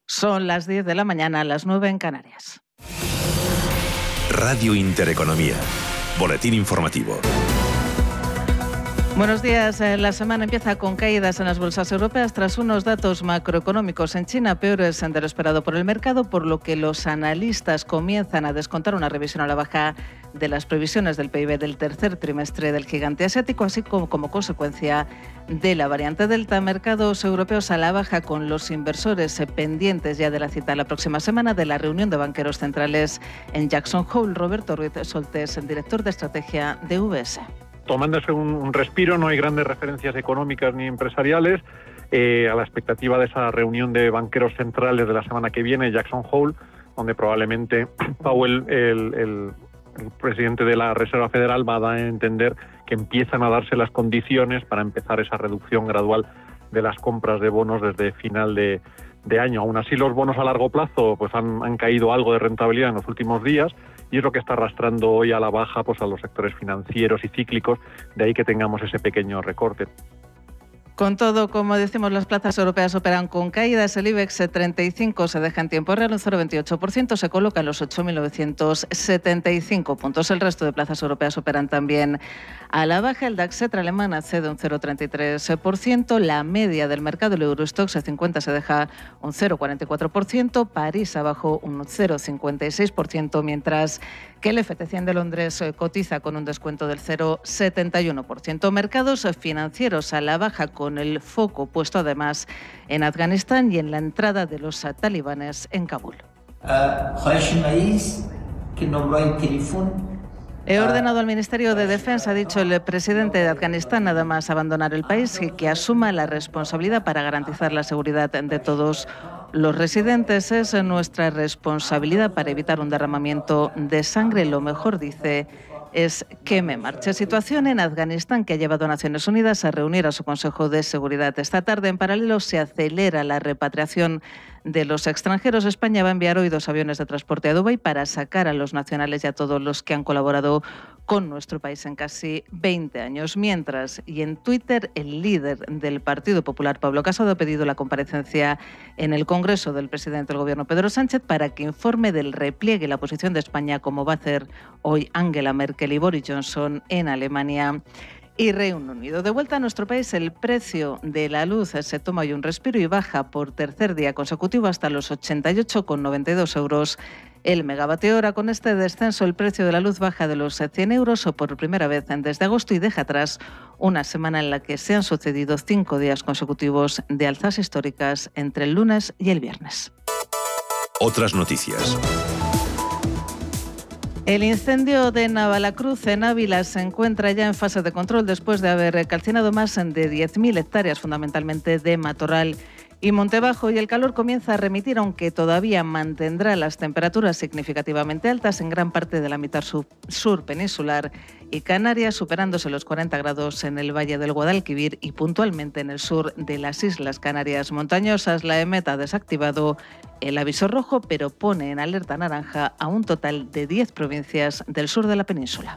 Son las 10 de la mañana, las 9 en Canarias. Radio Intereconomía. Boletín informativo. Buenos días. La semana empieza con caídas en las bolsas europeas tras unos datos macroeconómicos en China peores de lo esperado por el mercado, por lo que los analistas comienzan a descontar una revisión a la baja de las previsiones del PIB del tercer trimestre del gigante asiático, así como consecuencia de la variante Delta. Mercados europeos a la baja, con los inversores pendientes ya de la cita la próxima semana de la reunión de banqueros centrales en Jackson Hole. Roberto Ruiz Soltés, el director de estrategia de UBS. Tomándose un respiro, no hay grandes referencias económicas ni empresariales. A la expectativa de esa reunión de banqueros centrales de la semana que viene, Jackson Hole, donde probablemente Powell, el presidente de la Reserva Federal, va a dar a entender que empiezan a darse las condiciones para empezar esa reducción gradual de las compras de bonos desde final de año. Aún así, los bonos a largo plazo pues han caído algo de rentabilidad en los últimos días, y es lo que está arrastrando hoy a la baja pues a los sectores financieros y cíclicos, de ahí que tengamos ese pequeño recorte. Con todo, como decimos, las plazas europeas operan con caídas. El IBEX 35 se deja en tiempo real un 0,28%, se coloca en los 8.975 puntos. El resto de plazas europeas operan también a la baja. El DAX alemán cede un 0,33%, la media del mercado, el Eurostoxx 50, se deja un 0,44%, París abajo un 0,56%, mientras que el FT100 de Londres cotiza con un descuento del 0,71%. Mercados financieros a la baja, con el foco puesto además en Afganistán y en la entrada de los talibanes en Kabul. He ordenado al Ministerio de Defensa, ha dicho el presidente de Afganistán, nada más abandonar el país, que asuma la responsabilidad para garantizar la seguridad de todos los residentes. Es nuestra responsabilidad para evitar un derramamiento de sangre. Lo mejor, dice, es que me marche. Situación en Afganistán que ha llevado a Naciones Unidas a reunir a su Consejo de Seguridad esta tarde. En paralelo, se acelera la repatriación de los extranjeros. España va a enviar hoy 2 aviones de transporte a Dubái para sacar a los nacionales y a todos los que han colaborado con nuestro país en casi 20 años. Mientras, y en Twitter, el líder del Partido Popular, Pablo Casado, ha pedido la comparecencia en el Congreso del presidente del Gobierno, Pedro Sánchez, para que informe del repliegue y la posición de España, como va a hacer hoy Angela Merkel y Boris Johnson en Alemania y Reino Unido. De vuelta a nuestro país, el precio de la luz se toma hoy un respiro y baja por tercer día consecutivo hasta los 88,92 euros el megavatio hora. Con este descenso, el precio de la luz baja de los 100 euros o por primera vez desde agosto, y deja atrás una semana en la que se han sucedido 5 días consecutivos de alzas históricas entre el lunes y el viernes. Otras noticias. El incendio de Navalacruz, en Ávila, se encuentra ya en fase de control después de haber calcinado más de 10.000 hectáreas, fundamentalmente de matorral y monte bajo, y el calor comienza a remitir, aunque todavía mantendrá las temperaturas significativamente altas en gran parte de la mitad sur peninsular y Canarias, superándose los 40 grados en el Valle del Guadalquivir y puntualmente en el sur de las Islas Canarias montañosas. La EMET ha desactivado el aviso rojo, pero pone en alerta naranja a un total de 10 provincias del sur de la península.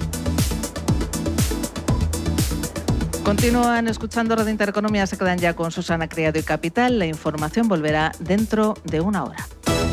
Continúan escuchando Radio Intereconomía, se quedan ya con Susana Criado y Capital. La información volverá dentro de una hora.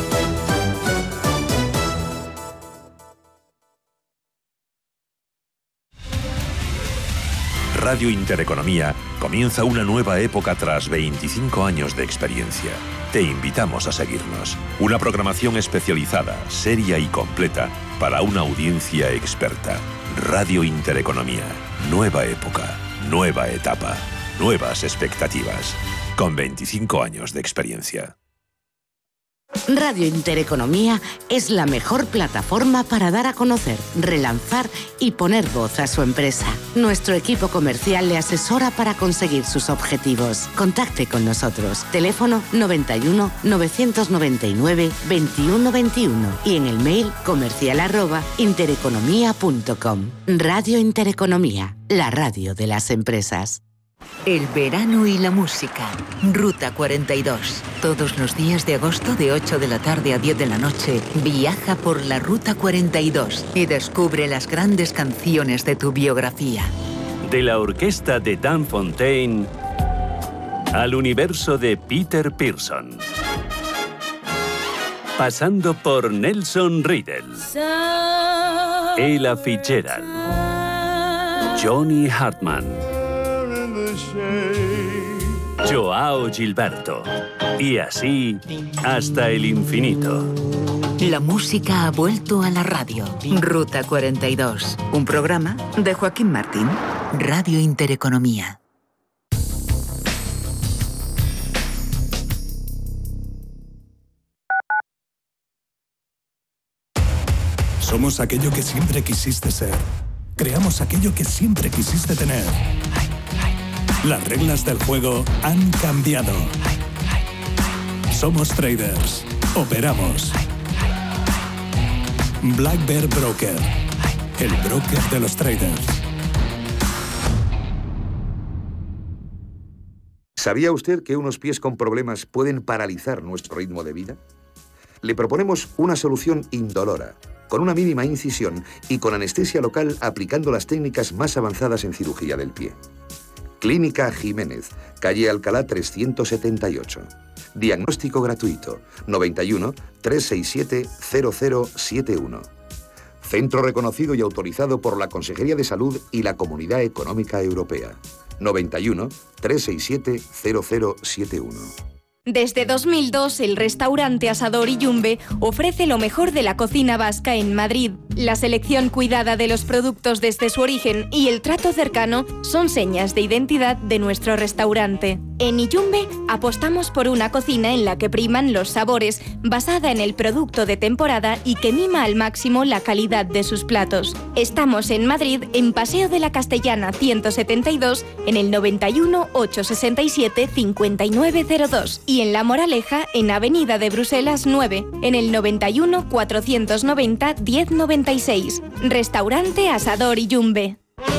Radio Intereconomía comienza una nueva época tras 25 años de experiencia. Te invitamos a seguirnos. Una programación especializada, seria y completa para una audiencia experta. Radio Intereconomía. Nueva época, nueva etapa, nuevas expectativas. Con 25 años de experiencia. Radio Intereconomía es la mejor plataforma para dar a conocer, relanzar y poner voz a su empresa. Nuestro equipo comercial le asesora para conseguir sus objetivos. Contacte con nosotros. Teléfono 91 999 2121 y en el mail comercial@intereconomia.com. Radio Intereconomía, la radio de las empresas. El verano y la música. Ruta 42. Todos los días de agosto de 8 de la tarde a 10 de la noche, viaja por la Ruta 42 y descubre las grandes canciones de tu biografía. De la orquesta de Dan Fontaine al universo de Peter Pearson. pasando por Nelson Riddle, Ella Fitzgerald, Johnny Hartman, Joao Gilberto, y así hasta el infinito. La música ha vuelto a la radio. Ruta 42, un programa de Joaquín Martín, Radio Intereconomía. Somos aquello que siempre quisiste ser. Creamos aquello que siempre quisiste tener. Las reglas del juego han cambiado. Somos traders. Operamos. Black Bear Broker. El broker de los traders. ¿Sabía usted que unos pies con problemas pueden paralizar nuestro ritmo de vida? Le proponemos una solución indolora, con una mínima incisión y con anestesia local aplicando las técnicas más avanzadas en cirugía del pie. Clínica Jiménez, calle Alcalá 378. Diagnóstico gratuito, 91 367 0071. Centro reconocido y autorizado por la Consejería de Salud y la Comunidad Económica Europea, 91 367 0071. Desde 2002, el restaurante Asador Iyumbe ofrece lo mejor de la cocina vasca en Madrid. La selección cuidada de los productos desde su origen y el trato cercano son señas de identidad de nuestro restaurante. En Iyumbe apostamos por una cocina en la que priman los sabores, basada en el producto de temporada y que mima al máximo la calidad de sus platos. Estamos en Madrid, en Paseo de la Castellana 172, en el 91 867 5902 y en La Moraleja, en Avenida de Bruselas 9, en el 91 490 1096. Restaurante Asador Iyumbe.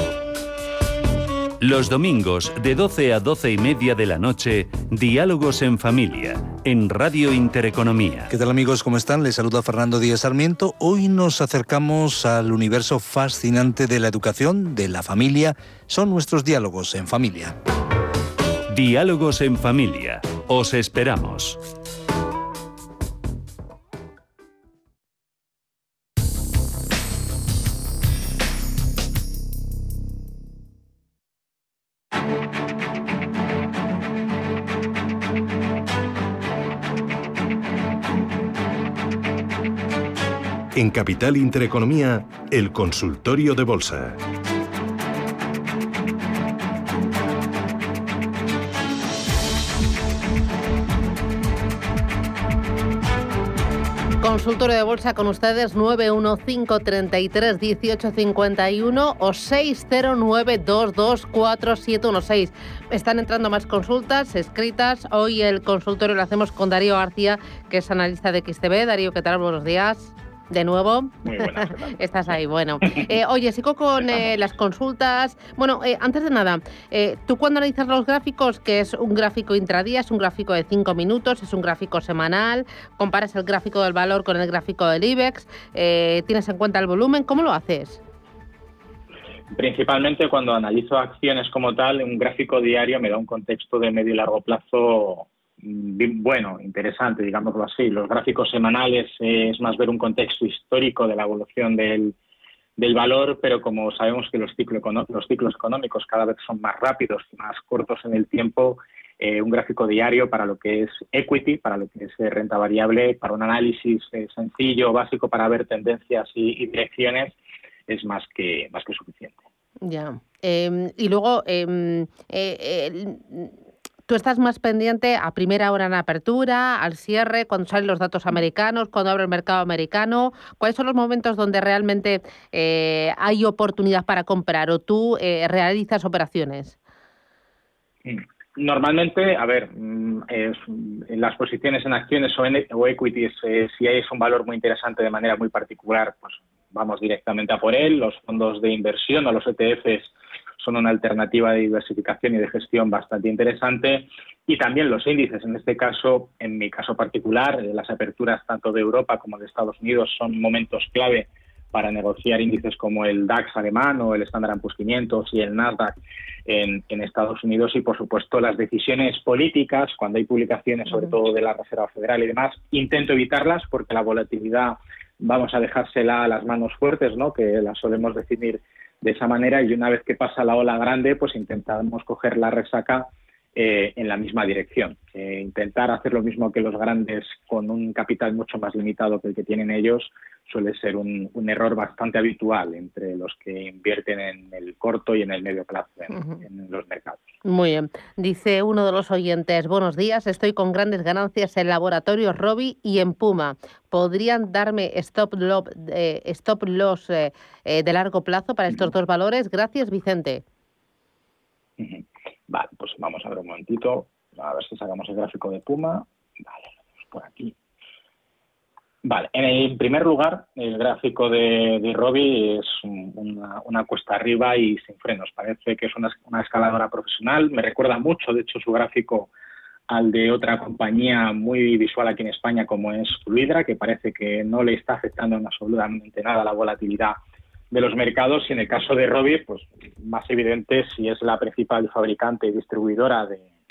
Los domingos de 12 a 12 y media de la noche, Diálogos en Familia, en Radio Intereconomía. ¿Qué tal, amigos? ¿Cómo están? Les saluda Fernando Díaz Sarmiento. Hoy nos acercamos al universo fascinante de la educación, de la familia. Son nuestros Diálogos en Familia. Diálogos en Familia. Os esperamos. En Capital Intereconomía, el consultorio de bolsa. Consultorio de bolsa con ustedes, 915331851 o 609224716. Están entrando más consultas escritas. Hoy el consultorio lo hacemos con Darío García, que es analista de XTB. Darío, ¿qué tal? Buenos días. De nuevo. Muy buenas. Estás ahí, bueno. Oye, sigo con las consultas. Bueno, antes de nada, tú cuando analizas los gráficos, que es un gráfico intradía, es un gráfico de 5 minutos, es un gráfico semanal, comparas el gráfico del valor con el gráfico del IBEX, tienes en cuenta el volumen, ¿cómo lo haces? Principalmente cuando analizo acciones como tal, un gráfico diario me da un contexto de medio y largo plazo bueno, interesante, digámoslo así. Los gráficos semanales es más ver un contexto histórico de la evolución del valor, pero como sabemos que los ciclos económicos cada vez son más rápidos y más cortos en el tiempo, un gráfico diario para lo que es equity, para lo que es renta variable, para un análisis sencillo, básico, para ver tendencias y direcciones, es más que suficiente. Ya. Y luego, tú estás más pendiente a primera hora en apertura, al cierre, cuando salen los datos americanos, cuando abre el mercado americano. ¿Cuáles son los momentos donde realmente hay oportunidad para comprar o tú realizas operaciones? Normalmente, a ver, en las posiciones en acciones o equities, si es un valor muy interesante de manera muy particular, pues vamos directamente a por él. Los fondos de inversión o los ETFs son una alternativa de diversificación y de gestión bastante interesante. Y también los índices, en este caso, en mi caso particular, las aperturas tanto de Europa como de Estados Unidos son momentos clave para negociar índices como el DAX alemán o el Standard & Poor's 500 y el Nasdaq en Estados Unidos, y por supuesto las decisiones políticas, cuando hay publicaciones sobre todo de la Reserva Federal y demás, intento evitarlas porque la volatilidad vamos a dejársela a las manos fuertes, ¿no?, que las solemos definir de esa manera, y una vez que pasa la ola grande, pues intentamos coger la resaca en la misma dirección. Intentar hacer lo mismo que los grandes con un capital mucho más limitado que el que tienen ellos suele ser un error bastante habitual entre los que invierten en el corto y en el medio plazo en los mercados. Muy bien. Dice uno de los oyentes: buenos días, estoy con grandes ganancias en Laboratorios Rovi y en Puma. ¿Podrían darme stop loss de largo plazo para estos dos valores? Gracias, Vicente. Vale, pues vamos a ver un momentito, a ver si sacamos el gráfico de Puma. Vale, lo tenemos por aquí. Vale, en primer lugar, el gráfico de Rovi es una cuesta arriba y sin frenos. Parece que es una escaladora profesional. Me recuerda mucho, de hecho, su gráfico al de otra compañía muy visual aquí en España como es Fluidra, que parece que no le está afectando en absolutamente nada la volatilidad de los mercados. Y en el caso de Rovi, pues más evidente si es la principal fabricante y distribuidora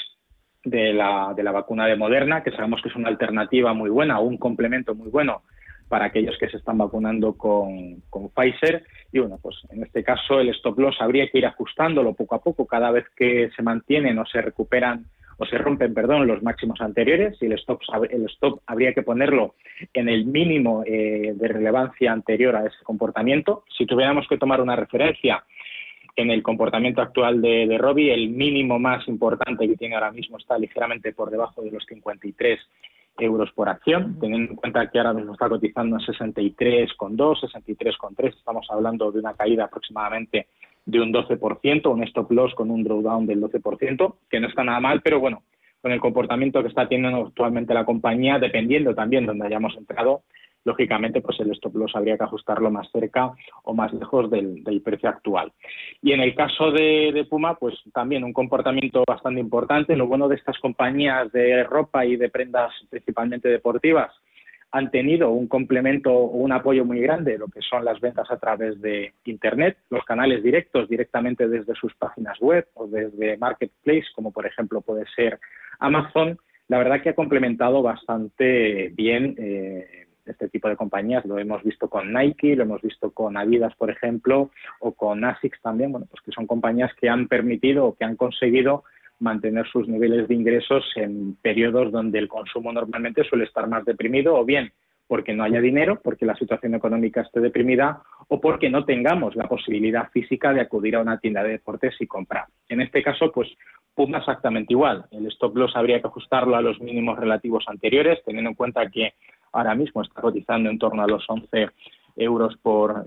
de la vacuna de Moderna, que sabemos que es una alternativa muy buena o un complemento muy bueno para aquellos que se están vacunando con Pfizer. Y bueno, pues en este caso el stop loss habría que ir ajustándolo poco a poco cada vez que se mantienen o se recuperan o se rompen, los máximos anteriores, y el stop habría que ponerlo en el mínimo de relevancia anterior a ese comportamiento. Si tuviéramos que tomar una referencia en el comportamiento actual de Rovi, el mínimo más importante que tiene ahora mismo está ligeramente por debajo de los 53 euros por acción, teniendo en cuenta que ahora mismo está cotizando en 63,2, 63,3, estamos hablando de una caída aproximadamente de un 12%, un stop loss con un drawdown del 12%, que no está nada mal, pero bueno, con el comportamiento que está teniendo actualmente la compañía, dependiendo también de donde hayamos entrado, lógicamente pues el stop loss habría que ajustarlo más cerca o más lejos del precio actual. Y en el caso de Puma, pues también un comportamiento bastante importante. Lo bueno de estas compañías de ropa y de prendas principalmente deportivas, han tenido un complemento o un apoyo muy grande, lo que son las ventas a través de Internet, los canales directos directamente desde sus páginas web o desde Marketplace, como por ejemplo puede ser Amazon. La verdad que ha complementado bastante bien este tipo de compañías. Lo hemos visto con Nike, lo hemos visto con Adidas, por ejemplo, o con ASICS también, bueno, pues que son compañías que han permitido o que han conseguido mantener sus niveles de ingresos en periodos donde el consumo normalmente suele estar más deprimido, o bien porque no haya dinero, porque la situación económica esté deprimida, o porque no tengamos la posibilidad física de acudir a una tienda de deportes y comprar. En este caso, pues Puma exactamente igual. El stop loss habría que ajustarlo a los mínimos relativos anteriores, teniendo en cuenta que ahora mismo está cotizando en torno a los 11 euros por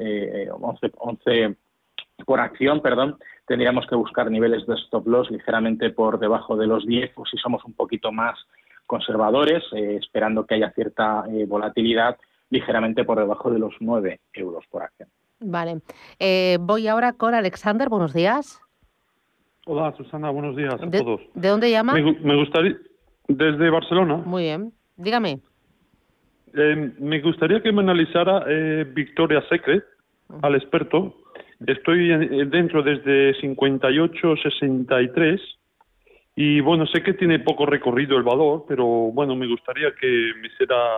11 por acción, tendríamos que buscar niveles de stop loss ligeramente por debajo de los 10, o si somos un poquito más conservadores, esperando que haya cierta volatilidad, ligeramente por debajo de los 9 euros por acción. Vale. Voy ahora con Alexander. Buenos días. Hola, Susana. Buenos días a todos. ¿De dónde llama? Me gustaría... Desde Barcelona. Muy bien. Dígame. Me gustaría que me analizara Victoria's Secret, al experto. Estoy dentro desde 58,63 y bueno, sé que tiene poco recorrido el valor, pero bueno, me gustaría que me hiciera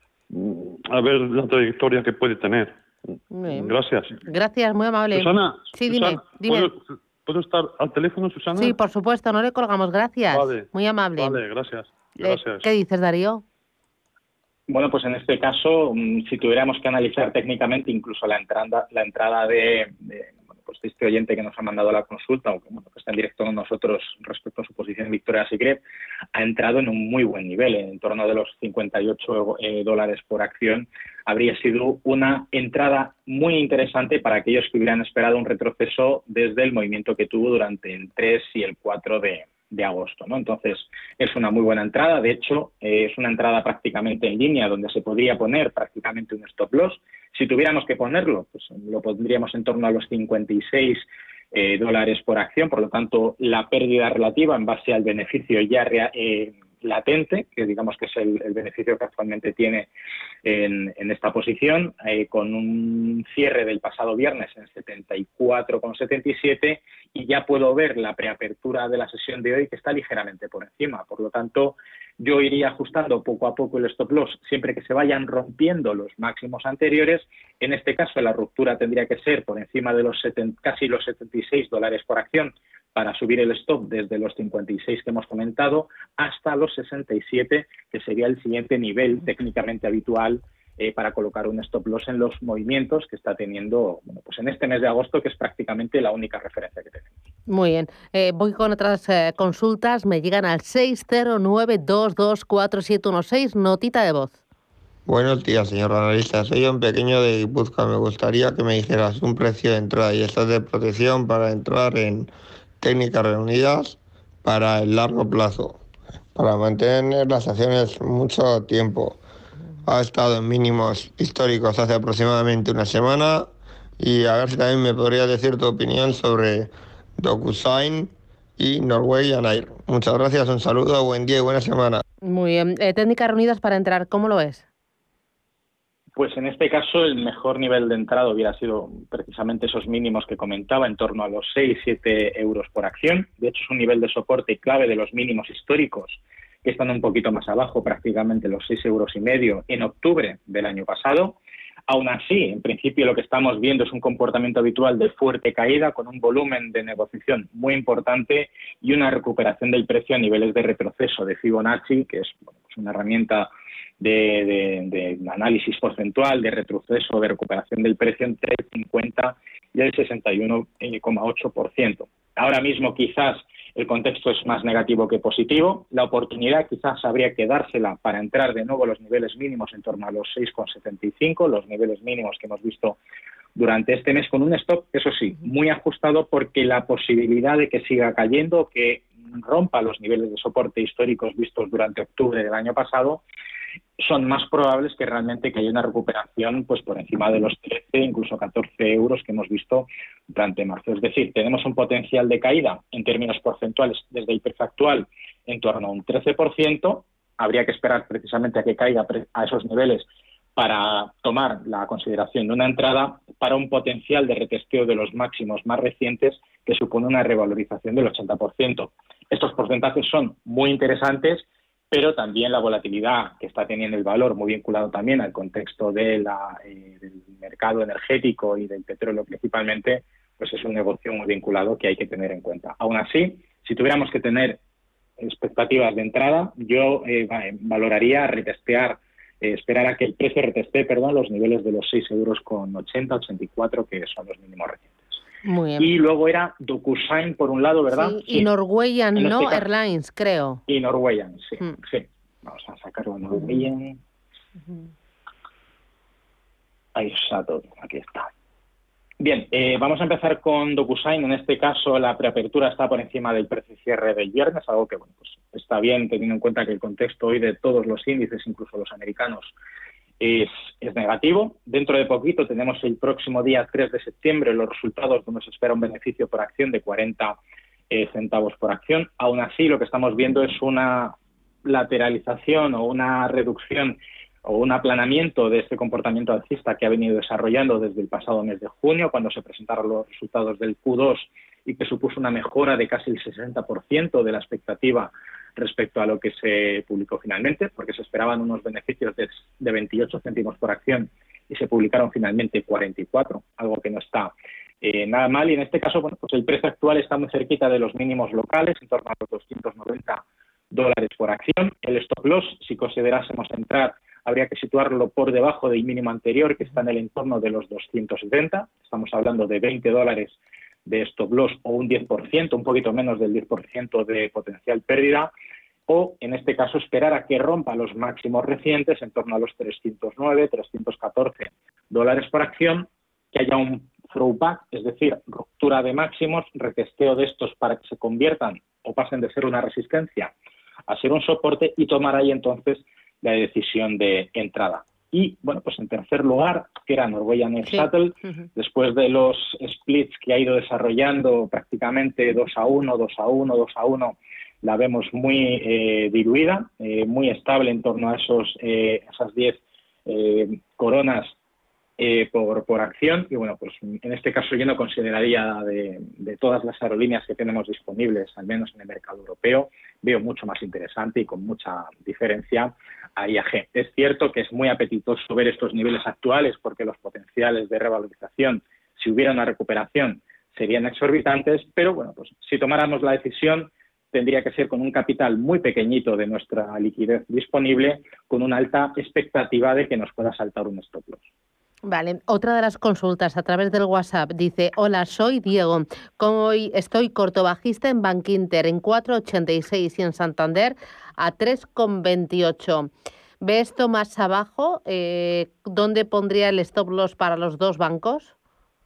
a ver la trayectoria que puede tener. Bien. Gracias. Gracias, muy amable. Susana, sí, Susana, dime. ¿Puedo estar al teléfono, Susana? Sí, por supuesto, no le colgamos. Gracias. Vale. Muy amable. Vale, gracias. ¿Qué dices, Darío? Bueno, pues en este caso, si tuviéramos que analizar técnicamente incluso la entrada de este oyente que nos ha mandado la consulta, o que está en directo con nosotros respecto a su posición en Victoria's Secret, ha entrado en un muy buen nivel, en torno de los 58 dólares por acción. Habría sido una entrada muy interesante para aquellos que hubieran esperado un retroceso desde el movimiento que tuvo durante el 3 y el 4 de agosto, ¿no? Entonces, es una muy buena entrada. De hecho, es una entrada prácticamente en línea donde se podría poner prácticamente un stop loss. Si tuviéramos que ponerlo, pues lo pondríamos en torno a los 56 dólares por acción. Por lo tanto, la pérdida relativa en base al beneficio ya latente, que digamos que es el beneficio que actualmente tiene en esta posición, con un cierre del pasado viernes en 74,77, y ya puedo ver la preapertura de la sesión de hoy que está ligeramente por encima. Por lo tanto, yo iría ajustando poco a poco el stop loss siempre que se vayan rompiendo los máximos anteriores. En este caso, la ruptura tendría que ser por encima de casi los $76 por acción para subir el stop desde los 56 que hemos comentado hasta los 67, que sería el siguiente nivel técnicamente habitual para colocar un stop loss en los movimientos que está teniendo, bueno, pues en este mes de agosto, que es prácticamente la única referencia que tenemos. Muy bien. Voy con otras consultas. Me llegan al 609224716. Notita de voz. Buenos días, señor analista. Soy un pequeño de Guipúzcoa. Me gustaría que me dijeras un precio de entrada y estas de protección para entrar en técnicas reunidas para el largo plazo, para mantener las acciones mucho tiempo. Ha estado en mínimos históricos hace aproximadamente una semana, y a ver si también me podrías decir tu opinión sobre DocuSign y Norwegian Air. Muchas gracias, un saludo, buen día y buena semana. Muy bien. Técnicas reunidas para entrar, ¿cómo lo ves? Pues en este caso el mejor nivel de entrada hubiera sido precisamente esos mínimos que comentaba, en torno a los 6-7 euros por acción. De hecho, es un nivel de soporte clave de los mínimos históricos, que están un poquito más abajo, prácticamente los 6,5 euros en octubre del año pasado. Aún así, en principio lo que estamos viendo es un comportamiento habitual de fuerte caída, con un volumen de negociación muy importante y una recuperación del precio a niveles de retroceso de Fibonacci, que es, bueno, pues una herramienta de análisis porcentual, de retroceso, de recuperación del precio entre el 50 y el 61,8%. Ahora mismo quizás el contexto es más negativo que positivo. La oportunidad quizás habría que dársela para entrar de nuevo a los niveles mínimos en torno a los 6,75, los niveles mínimos que hemos visto durante este mes, con un stop, eso sí, muy ajustado, porque la posibilidad de que siga cayendo, que rompa los niveles de soporte históricos vistos durante octubre del año pasado, son más probables que realmente que haya una recuperación pues por encima de los 13, incluso 14 euros que hemos visto durante marzo. Es decir, tenemos un potencial de caída en términos porcentuales desde el precio actual en torno a un 13%. Habría que esperar precisamente a que caiga a esos niveles para tomar la consideración de una entrada, para un potencial de retesteo de los máximos más recientes que supone una revalorización del 80%. Estos porcentajes son muy interesantes, pero también la volatilidad que está teniendo el valor, muy vinculado también al contexto del mercado energético y del petróleo principalmente, pues es un negocio muy vinculado que hay que tener en cuenta. Aún así, si tuviéramos que tener expectativas de entrada, yo valoraría retestear, esperar a que el precio retestee, los niveles de los 6,80 84, que son los mínimos recientes. Muy bien. Y luego era DocuSign por un lado, ¿verdad? Sí, y Norwegian, en ¿no? Este Airlines, creo. Y Norwegian, sí. Vamos a sacarlo Norwegian. Ahí está todo, aquí está. Bien, vamos a empezar con DocuSign. En este caso, la preapertura está por encima del precio cierre del viernes, algo que, bueno, pues está bien, teniendo en cuenta que el contexto hoy de todos los índices, incluso los americanos, es negativo. Dentro de poquito tenemos el próximo día 3 de septiembre los resultados donde se espera un beneficio por acción de 40 centavos por acción. Aún así, lo que estamos viendo es una lateralización o una reducción o un aplanamiento de este comportamiento alcista que ha venido desarrollando desde el pasado mes de junio, cuando se presentaron los resultados del Q2 y que supuso una mejora de casi el 60% de la expectativa respecto a lo que se publicó finalmente, porque se esperaban unos beneficios de 28 céntimos por acción y se publicaron finalmente 44, algo que no está nada mal. Y en este caso, bueno, pues el precio actual está muy cerquita de los mínimos locales, en torno a los $290 por acción. El stop loss, si considerásemos entrar, habría que situarlo por debajo del mínimo anterior, que está en el entorno de los 270. Estamos hablando de $20 de stop loss o un 10%, un poquito menos del 10% de potencial pérdida, o en este caso esperar a que rompa los máximos recientes en torno a los 309, $314 por acción, que haya un throwback, es decir, ruptura de máximos, retesteo de estos para que se conviertan o pasen de ser una resistencia a ser un soporte y tomar ahí entonces la decisión de entrada. Y, bueno, pues en tercer lugar, que era Norwegian Air Shuttle, después de los splits que ha ido desarrollando prácticamente 2-1, 2-1, 2-1, la vemos muy diluida, muy estable en torno a esas 10 coronas por acción, y bueno, pues en este caso yo no consideraría de todas las aerolíneas que tenemos disponibles, al menos en el mercado europeo, veo mucho más interesante y con mucha diferencia a IAG. Es cierto que es muy apetitoso ver estos niveles actuales porque los potenciales de revalorización, si hubiera una recuperación, serían exorbitantes, pero bueno, pues si tomáramos la decisión, tendría que ser con un capital muy pequeñito de nuestra liquidez disponible, con una alta expectativa de que nos pueda saltar un stop loss. Vale, otra de las consultas a través del WhatsApp dice: hola, soy Diego, hoy estoy cortobajista en Bankinter en 4,86 y en Santander a 3,28. ¿Ve esto más abajo? ¿Dónde pondría el stop loss para los dos bancos?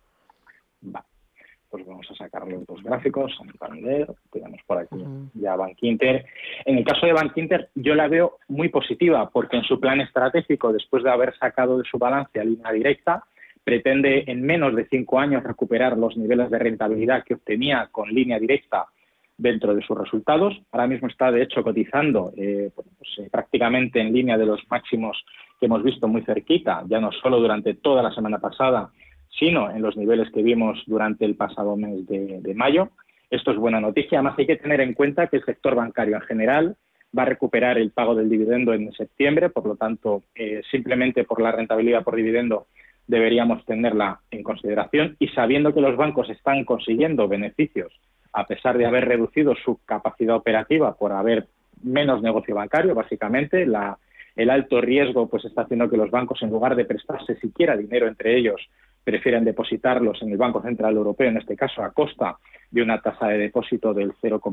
Va. Pues vamos a sacar los dos gráficos. Santander, tenemos por aquí ya Bankinter. En el caso de Bankinter yo la veo muy positiva porque en su plan estratégico, después de haber sacado de su balance a línea directa, pretende en menos de 5 años recuperar los niveles de rentabilidad que obtenía con línea directa dentro de sus resultados. Ahora mismo está, de hecho, cotizando prácticamente en línea de los máximos que hemos visto muy cerquita, ya no solo durante toda la semana pasada, sino en los niveles que vimos durante el pasado mes de mayo. Esto es buena noticia. Además, hay que tener en cuenta que el sector bancario en general va a recuperar el pago del dividendo en septiembre, por lo tanto, simplemente por la rentabilidad por dividendo deberíamos tenerla en consideración, y sabiendo que los bancos están consiguiendo beneficios a pesar de haber reducido su capacidad operativa por haber menos negocio bancario, básicamente, el alto riesgo pues está haciendo que los bancos, en lugar de prestarse siquiera dinero entre ellos, prefieren depositarlos en el Banco Central Europeo, en este caso a costa de una tasa de depósito del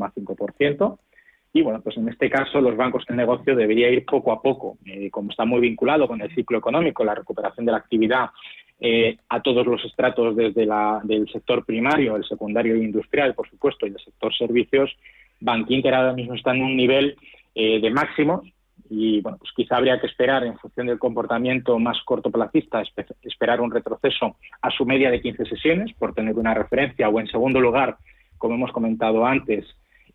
0,5%. Y bueno, pues en este caso los bancos de negocio debería ir poco a poco, como está muy vinculado con el ciclo económico, la recuperación de la actividad a todos los estratos desde del sector primario, el secundario e industrial, por supuesto, y el sector servicios. Bankinter ahora mismo está en un nivel de máximos. Y bueno, pues quizá habría que esperar, en función del comportamiento más cortoplacista, esperar un retroceso a su media de 15 sesiones, por tener una referencia, o en segundo lugar, como hemos comentado antes,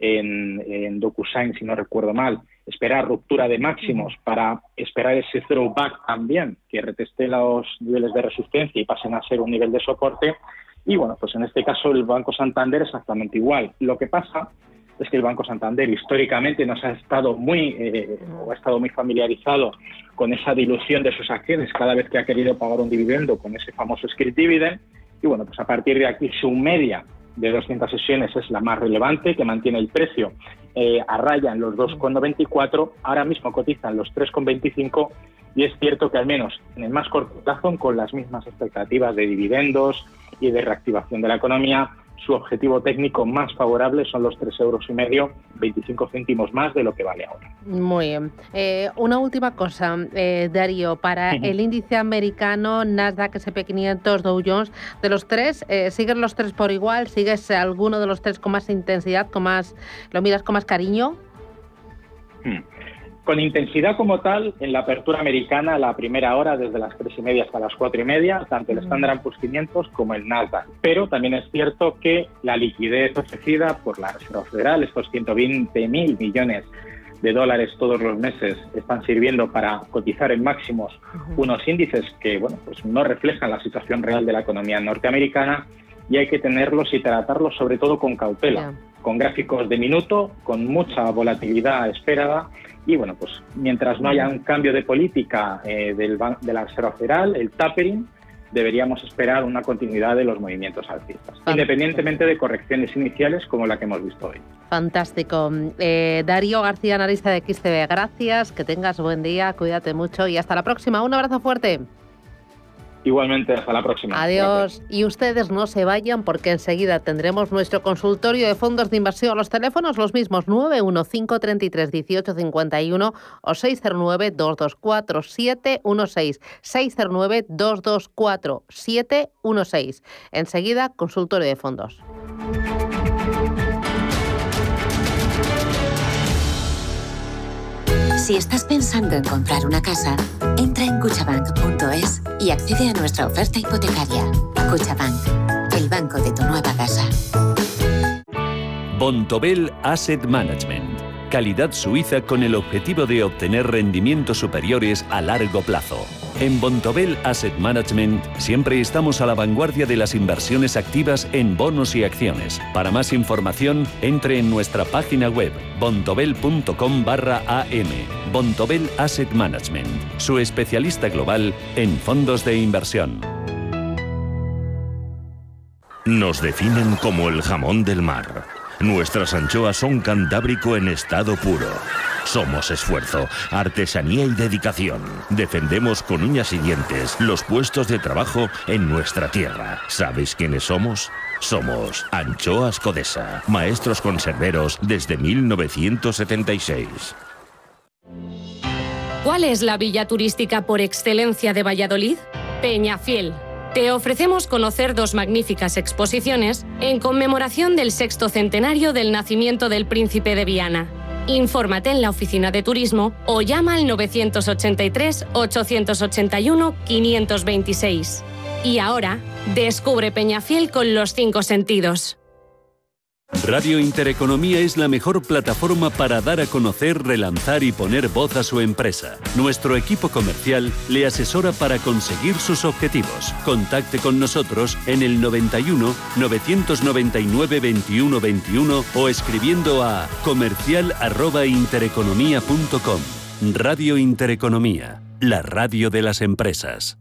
en DocuSign, si no recuerdo mal, esperar ruptura de máximos para esperar ese throwback también, que reteste los niveles de resistencia y pasen a ser un nivel de soporte. Y bueno, pues en este caso el Banco Santander exactamente igual. Lo que pasa es que el Banco Santander históricamente nos ha estado muy familiarizado con esa dilución de sus acciones cada vez que ha querido pagar un dividendo, con ese famoso scrip dividend. Y bueno, pues a partir de aquí su media de 200 sesiones es la más relevante, que mantiene el precio a raya en los 2,94, ahora mismo cotizan los 3,25, y es cierto que al menos en el más corto plazo, con las mismas expectativas de dividendos y de reactivación de la economía, su objetivo técnico más favorable son los 3,5 €, 25 céntimos más de lo que vale ahora. Muy bien. Una última cosa, Darío, para el índice americano, Nasdaq, S&P 500, Dow Jones, de los tres, ¿sigues los tres por igual? ¿Sigues alguno de los tres con más intensidad, lo miras con más cariño? Con intensidad como tal, en la apertura americana, la primera hora, desde las 3:30 hasta las 4:30, tanto el Standard & Poor's 500 como el Nasdaq. Pero también es cierto que la liquidez ofrecida por la Reserva Federal, estos 120.000 millones de dólares todos los meses, están sirviendo para cotizar en máximos unos índices que, bueno, pues no reflejan la situación real de la economía norteamericana, y hay que tenerlos y tratarlos sobre todo con cautela, con gráficos de minuto, con mucha volatilidad esperada. Y bueno, pues mientras no haya un cambio de política de la Reserva Federal, el tapering, deberíamos esperar una continuidad de los movimientos alcistas, independientemente de correcciones iniciales como la que hemos visto hoy. Fantástico. Darío García, analista de XTB, gracias, que tengas buen día, cuídate mucho y hasta la próxima. Un abrazo fuerte. Igualmente, hasta la próxima. Adiós. Y ustedes no se vayan, porque enseguida tendremos nuestro consultorio de fondos de inversión. Los teléfonos los mismos, 915331851 o 609224716. 609224716. Enseguida, consultorio de fondos. Si estás pensando en comprar una casa, entra en cuchabank.es y accede a nuestra oferta hipotecaria. Cuchabank, el banco de tu nueva casa. Bontobel Asset Management. Calidad suiza con el objetivo de obtener rendimientos superiores a largo plazo. En Bontobel Asset Management siempre estamos a la vanguardia de las inversiones activas en bonos y acciones. Para más información, entre en nuestra página web bontobel.com/am. Bontobel Asset Management, su especialista global en fondos de inversión. Nos definen como el jamón del mar. Nuestras anchoas son cantábrico en estado puro. Somos esfuerzo, artesanía y dedicación. Defendemos con uñas y dientes los puestos de trabajo en nuestra tierra. ¿Sabéis quiénes somos? Somos Anchoas Codesa, maestros conserveros desde 1976. ¿Cuál es la villa turística por excelencia de Valladolid? Peñafiel. Te ofrecemos conocer 2 magníficas exposiciones en conmemoración del 6º centenario del nacimiento del Príncipe de Viana. Infórmate en la oficina de turismo o llama al 983-881-526. Y ahora, descubre Peñafiel con los 5 sentidos. Radio Intereconomía es la mejor plataforma para dar a conocer, relanzar y poner voz a su empresa. Nuestro equipo comercial le asesora para conseguir sus objetivos. Contacte con nosotros en el 91 999 21 21 o escribiendo a comercial@intereconomia.com. Radio Intereconomía, la radio de las empresas.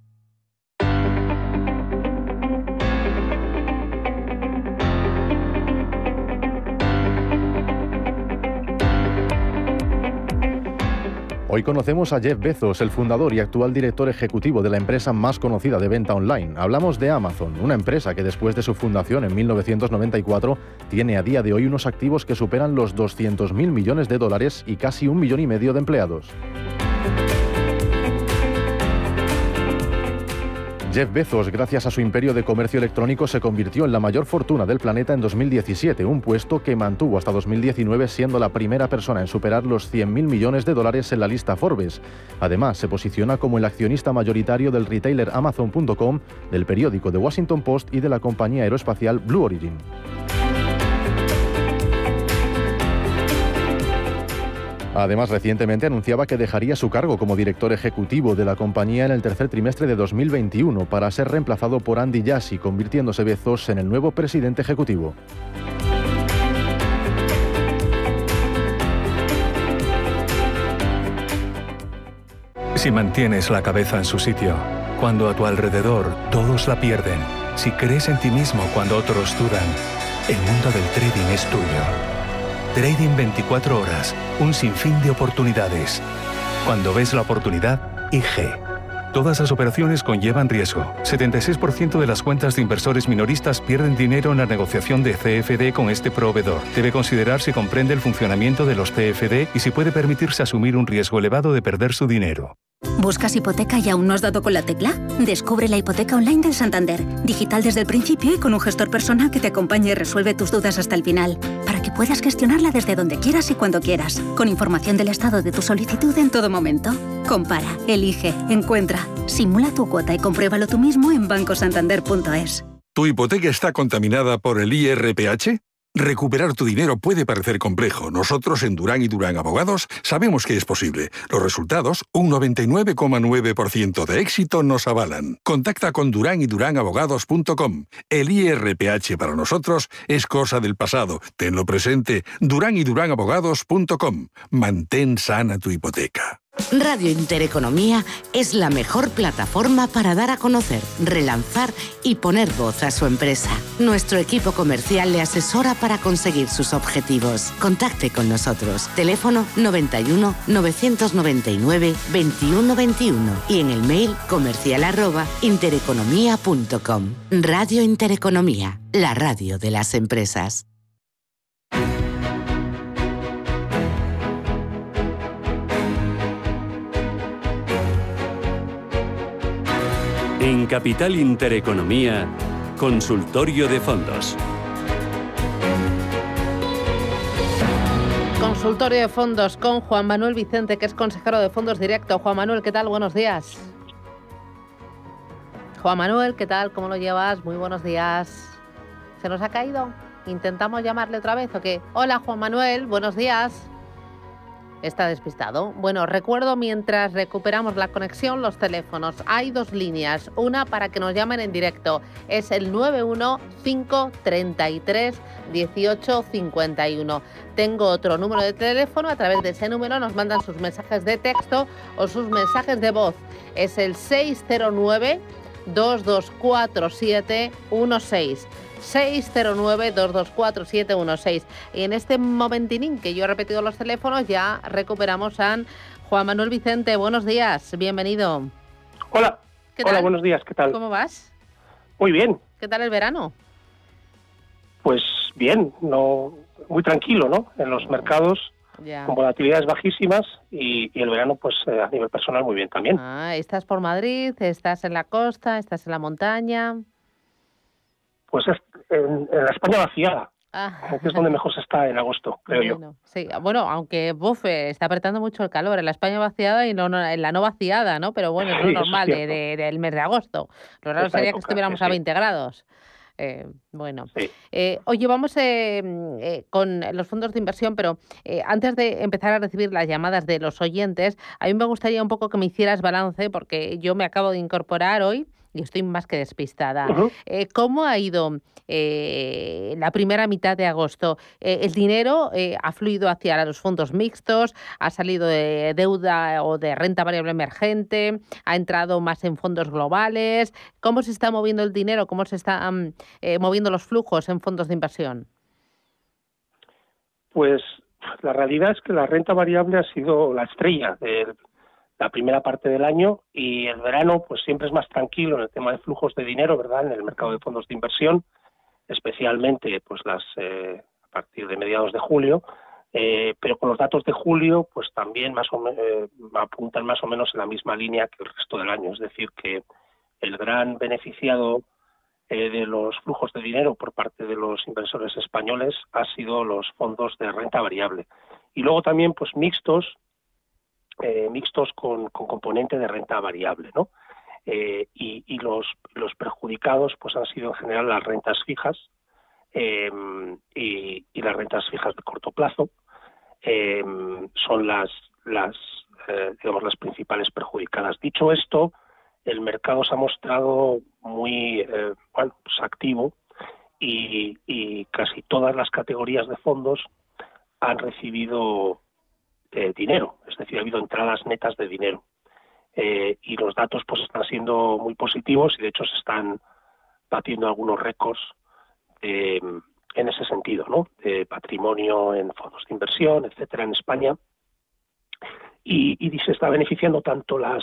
Hoy conocemos a Jeff Bezos, el fundador y actual director ejecutivo de la empresa más conocida de venta online. Hablamos de Amazon, una empresa que después de su fundación en 1994 tiene a día de hoy unos activos que superan los 200.000 millones de dólares y casi 1,5 millones de empleados. Jeff Bezos, gracias a su imperio de comercio electrónico, se convirtió en la mayor fortuna del planeta en 2017, un puesto que mantuvo hasta 2019 siendo la primera persona en superar los 100.000 millones de dólares en la lista Forbes. Además, se posiciona como el accionista mayoritario del retailer Amazon.com, del periódico The Washington Post y de la compañía aeroespacial Blue Origin. Además, recientemente anunciaba que dejaría su cargo como director ejecutivo de la compañía en el tercer trimestre de 2021 para ser reemplazado por Andy Jassy, convirtiéndose Bezos en el nuevo presidente ejecutivo. Si mantienes la cabeza en su sitio, cuando a tu alrededor todos la pierden, si crees en ti mismo cuando otros dudan, el mundo del trading es tuyo. Trading 24 horas, un sinfín de oportunidades. Cuando ves la oportunidad, IG. Todas las operaciones conllevan riesgo. 76% de las cuentas de inversores minoristas pierden dinero en la negociación de CFD con este proveedor. Debe considerar si comprende el funcionamiento de los CFD y si puede permitirse asumir un riesgo elevado de perder su dinero. ¿Buscas hipoteca y aún no has dado con la tecla? Descubre la hipoteca online del Santander, digital desde el principio y con un gestor personal que te acompañe y resuelve tus dudas hasta el final, para que puedas gestionarla desde donde quieras y cuando quieras, con información del estado de tu solicitud en todo momento. Compara, elige, encuentra, simula tu cuota y compruébalo tú mismo en bancosantander.es. ¿Tu hipoteca está contaminada por el IRPH? Recuperar tu dinero puede parecer complejo. Nosotros en Durán y Durán Abogados sabemos que es posible. Los resultados, un 99,9% de éxito, nos avalan. Contacta con duranyduránabogados.com. El IRPH para nosotros es cosa del pasado. Tenlo presente. duranyduránabogados.com. Mantén sana tu hipoteca. Radio Intereconomía es la mejor plataforma para dar a conocer, relanzar y poner voz a su empresa. Nuestro equipo comercial le asesora para conseguir sus objetivos. Contacte con nosotros. Teléfono 91 999 21 21 y en el mail comercial@intereconomia.com. Radio Intereconomía, la radio de las empresas. En Capital Intereconomía, consultorio de fondos. Consultorio de fondos con Juan Manuel Vicente, que es consejero de Fondos Directo. Juan Manuel, ¿qué tal? Buenos días. Juan Manuel, ¿qué tal? ¿Cómo lo llevas? Muy buenos días. ¿Se nos ha caído? ¿Intentamos llamarle otra vez o qué? Hola, Juan Manuel, buenos días. está despistado. Bueno, recuerdo mientras recuperamos la conexión los teléfonos. Hay 2 líneas, una para que nos llamen en directo. Es el 915331851. Tengo otro número de teléfono, a través de ese número nos mandan sus mensajes de texto o sus mensajes de voz. Es el 609-224716. 609-224716. Y en este momentinín que yo he repetido los teléfonos, ya recuperamos a Juan Manuel Vicente. Buenos días, bienvenido. Hola. ¿Qué tal? Hola, buenos días, ¿qué tal? ¿Cómo vas? Muy bien. ¿Qué tal el verano? Pues bien, no muy tranquilo, ¿no? En los mercados, Ya. con volatilidades bajísimas y el verano, pues a nivel personal, muy bien también. ¿Estás por Madrid? ¿Estás en la costa? ¿Estás en la montaña? Pues en la España vaciada, que es donde mejor se está en agosto, creo yo. Sí, bueno, aunque está apretando mucho el calor en la España vaciada y en la no vaciada, ¿no? Pero bueno, es lo Sí, eso es normal cierto. del mes de agosto. Lo raro Esta sería época, que estuviéramos sí, a sí. 20 grados. Bueno, oye, vamos con los fondos de inversión, pero antes de empezar a recibir las llamadas de los oyentes, a mí me gustaría un poco que me hicieras balance, porque yo me acabo de incorporar hoy y estoy más que despistada. ¿Cómo ha ido la primera mitad de agosto? ¿El dinero ha fluido hacia los fondos mixtos? ¿Ha salido de deuda o de renta variable emergente? ¿Ha entrado más en fondos globales? ¿Cómo se está moviendo el dinero? ¿Cómo se están moviendo los flujos en fondos de inversión? Pues la realidad es que la renta variable ha sido la estrella de la primera parte del año y el verano pues siempre es más tranquilo en el tema de flujos de dinero, ¿verdad? En el mercado de fondos de inversión, especialmente pues a partir de mediados de julio, pero con los datos de julio pues también apuntan más o menos en la misma línea que el resto del año, es decir que el gran beneficiado de los flujos de dinero por parte de los inversores españoles ha sido los fondos de renta variable y luego también pues mixtos con componente de renta variable, ¿no? Y los perjudicados pues han sido en general las rentas fijas y las rentas fijas de corto plazo son las principales perjudicadas. Dicho esto, el mercado se ha mostrado muy activo y casi todas las categorías de fondos han recibido dinero, es decir, ha habido entradas netas de dinero y los datos pues están siendo muy positivos y de hecho se están batiendo algunos récords en ese sentido, ¿no? De patrimonio en fondos de inversión, etcétera, en España y se está beneficiando tanto las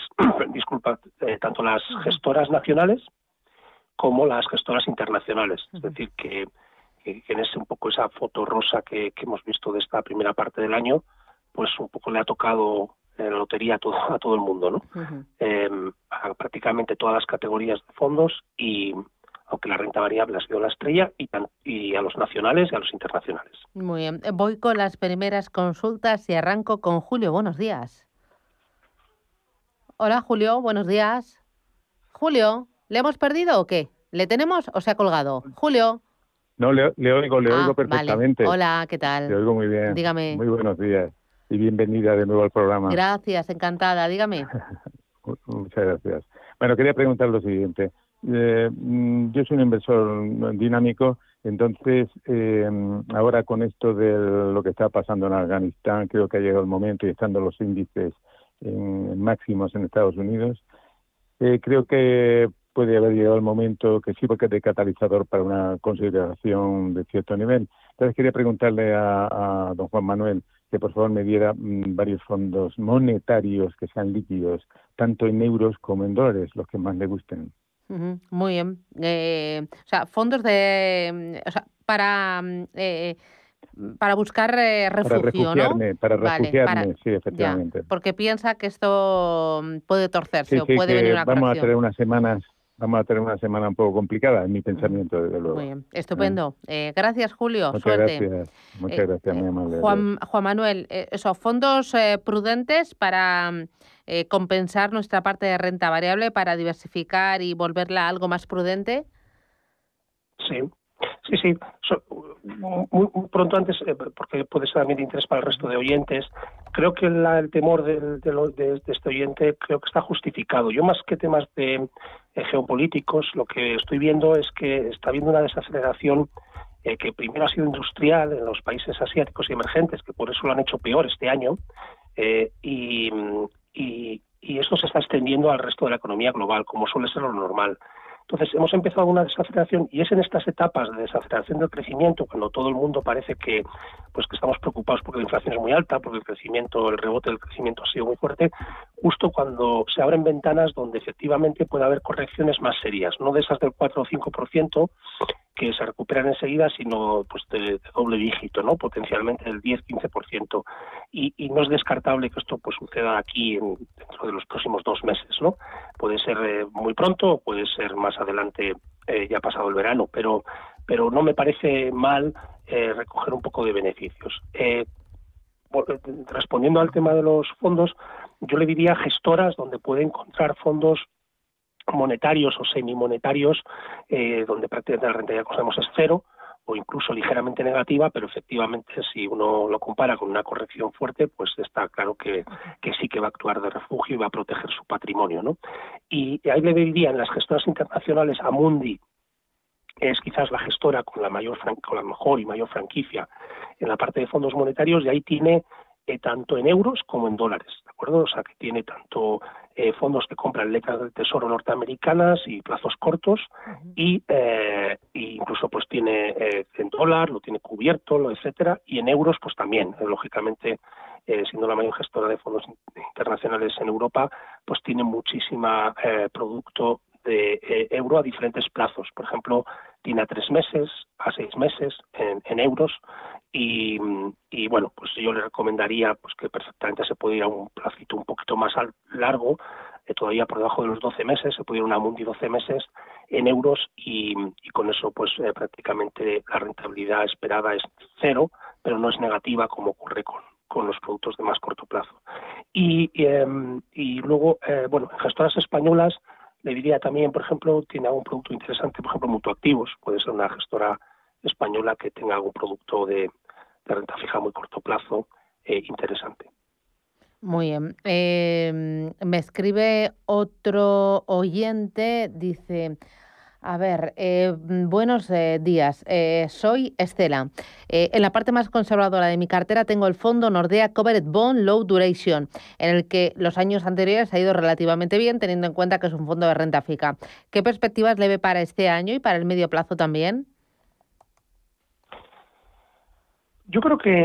gestoras nacionales como las gestoras internacionales, es decir que en un poco esa foto rosa que hemos visto de esta primera parte del año pues un poco le ha tocado la lotería a todo el mundo, ¿no? A prácticamente todas las categorías de fondos y aunque la renta variable ha sido la estrella y a los nacionales y a los internacionales. Muy bien, voy con las primeras consultas y arranco con Julio. Buenos días. Hola Julio, buenos días. Julio, ¿le hemos perdido o qué? ¿Le tenemos o se ha colgado? Julio. No, le oigo perfectamente. Vale. Hola, ¿qué tal? Le oigo muy bien. Dígame. Muy buenos días y bienvenida de nuevo al programa. Gracias, encantada. Dígame. Muchas gracias. Bueno, quería preguntar lo siguiente. Yo soy un inversor dinámico, entonces ahora con esto de lo que está pasando en Afganistán, creo que ha llegado el momento y estando los índices en máximos en Estados Unidos, creo que puede haber llegado el momento que sí, porque es de catalizador para una consideración de cierto nivel. Entonces quería preguntarle a don Juan Manuel que por favor me diera varios fondos monetarios que sean líquidos, tanto en euros como en dólares, los que más le gusten. Muy bien. O sea, fondos de... O sea, para buscar refugio, Para refugiarme, sí, efectivamente. Ya, porque piensa que esto puede torcerse o sí, puede venir una vamos corrección. Vamos a tener una semana un poco complicada, en mi pensamiento, desde luego. Muy bien, estupendo. Gracias, Julio. Muchas Suerte. gracias. Muchas gracias, muy amable. Juan Manuel, fondos prudentes para compensar nuestra parte de renta variable, para diversificar y volverla algo más prudente. Sí. Muy pronto antes, porque puede ser también de interés para el resto de oyentes, creo que el temor de este oyente creo que está justificado. Yo, más que temas de geopolíticos, lo que estoy viendo es que está habiendo una desaceleración que primero ha sido industrial en los países asiáticos y emergentes, que por eso lo han hecho peor este año, y esto se está extendiendo al resto de la economía global, como suele ser lo normal. Entonces, hemos empezado una desaceleración, y es en estas etapas de desaceleración del crecimiento, cuando todo el mundo parece que estamos preocupados porque la inflación es muy alta, porque el rebote del crecimiento ha sido muy fuerte, justo cuando se abren ventanas donde efectivamente puede haber correcciones más serias, no de esas del 4 o 5% que se recuperan enseguida, sino de doble dígito, ¿no? Potencialmente del 10-15%. Y no es descartable que esto suceda aquí dentro de los próximos 2 meses, ¿no? Puede ser muy pronto, puede ser más adelante, ya pasado el verano, pero no me parece mal recoger un poco de beneficios. Respondiendo al tema de los fondos, yo le diría gestoras donde puede encontrar fondos monetarios o semimonetarios, donde prácticamente la rentabilidad que sabemos es cero o incluso ligeramente negativa, pero efectivamente si uno lo compara con una corrección fuerte, pues está claro que sí que va a actuar de refugio y va a proteger su patrimonio, ¿no? Y ahí le diría en las gestoras internacionales, Amundi es quizás la gestora con la mejor y mayor franquicia en la parte de fondos monetarios, y ahí tiene tanto en euros como en dólares, ¿de acuerdo? O sea, que tiene tanto fondos que compran letras del tesoro norteamericanas y plazos cortos, y incluso tiene en dólar, lo tiene cubierto, etcétera, y en euros también, lógicamente, siendo la mayor gestora de fondos internacionales en Europa, tiene muchísima producto de euro a diferentes plazos. Por ejemplo, tiene a 3 meses, a 6 meses en euros, y bueno, yo le recomendaría que perfectamente se puede ir a un placito un poquito más largo, todavía por debajo de los 12 meses, se puede ir a una Amundi 12 meses en euros, y con eso prácticamente la rentabilidad esperada es cero, pero no es negativa como ocurre con los productos de más corto plazo. Y luego, en gestoras españolas, le diría también, por ejemplo, tiene algún producto interesante, por ejemplo, Mutuactivos, puede ser una gestora española que tenga algún producto de renta fija a muy corto plazo interesante. Muy bien. Me escribe otro oyente, dice... A ver, buenos días. Soy Estela. En la parte más conservadora de mi cartera tengo el fondo Nordea Covered Bond Low Duration, en el que los años anteriores ha ido relativamente bien, teniendo en cuenta que es un fondo de renta fija. ¿Qué perspectivas le ve para este año y para el medio plazo también? Yo creo que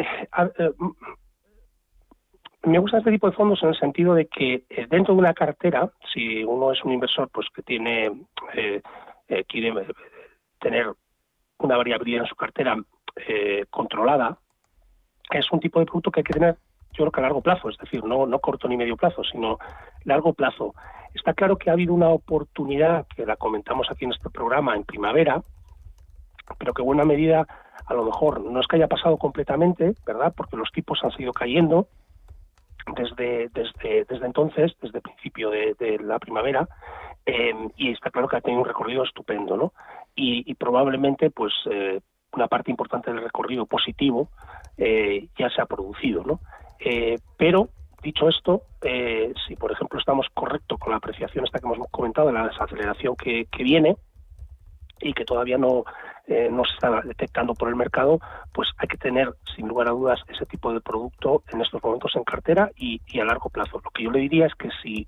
me gusta este tipo de fondos en el sentido de que dentro de una cartera, si uno es un inversor que tiene... quiere tener una variabilidad en su cartera controlada, es un tipo de producto que hay que tener, yo creo que a largo plazo, es decir, no corto ni medio plazo, sino largo plazo. Está claro que ha habido una oportunidad, que la comentamos aquí en este programa, en primavera, pero que en buena medida, a lo mejor, no es que haya pasado completamente, ¿verdad?, porque los tipos han seguido cayendo desde entonces, desde el principio de la primavera, y está claro que ha tenido un recorrido estupendo, ¿no? Y probablemente una parte importante del recorrido positivo ya se ha producido, ¿no? Pero dicho esto, si por ejemplo estamos correctos con la apreciación esta que hemos comentado de la desaceleración que viene y que todavía no se está detectando por el mercado, pues hay que tener sin lugar a dudas ese tipo de producto en estos momentos en cartera y a largo plazo. Lo que yo le diría es que si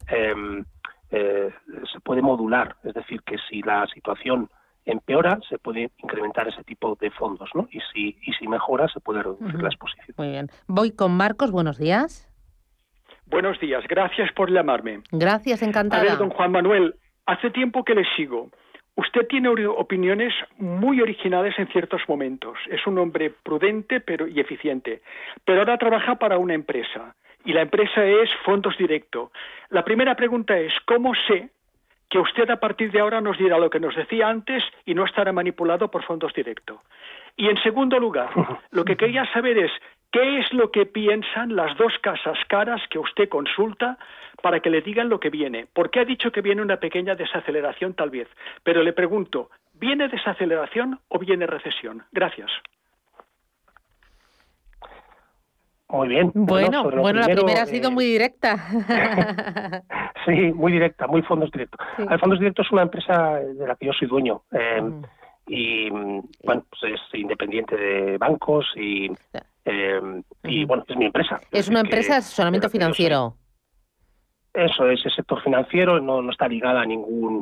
se puede modular, es decir, que si la situación empeora, se puede incrementar ese tipo de fondos, ¿no? Y si mejora, se puede reducir la exposición. Muy bien. Voy con Marcos, buenos días. Buenos días, gracias por llamarme. Gracias, encantada. A ver, don Juan Manuel, hace tiempo que le sigo. Usted tiene opiniones muy originales en ciertos momentos. Es un hombre prudente y eficiente, pero ahora trabaja para una empresa. Y la empresa es Fondos Directo. La primera pregunta es, ¿cómo sé que usted a partir de ahora nos dirá lo que nos decía antes y no estará manipulado por Fondos Directo? Y en segundo lugar, lo que quería saber es, ¿qué es lo que piensan las dos casas caras que usted consulta para que le digan lo que viene? Porque ha dicho que viene una pequeña desaceleración tal vez, pero le pregunto, ¿viene desaceleración o viene recesión? Gracias. Muy bien. Bueno, la primera ha sido muy directa. Sí, muy directa, muy fondos directos. Sí. Fondos directos es una empresa de la que yo soy dueño. Y bueno, pues es independiente de bancos y bueno, es mi empresa. Es una empresa de asesoramiento financiero. Eso es, el sector financiero, no está ligada a ningún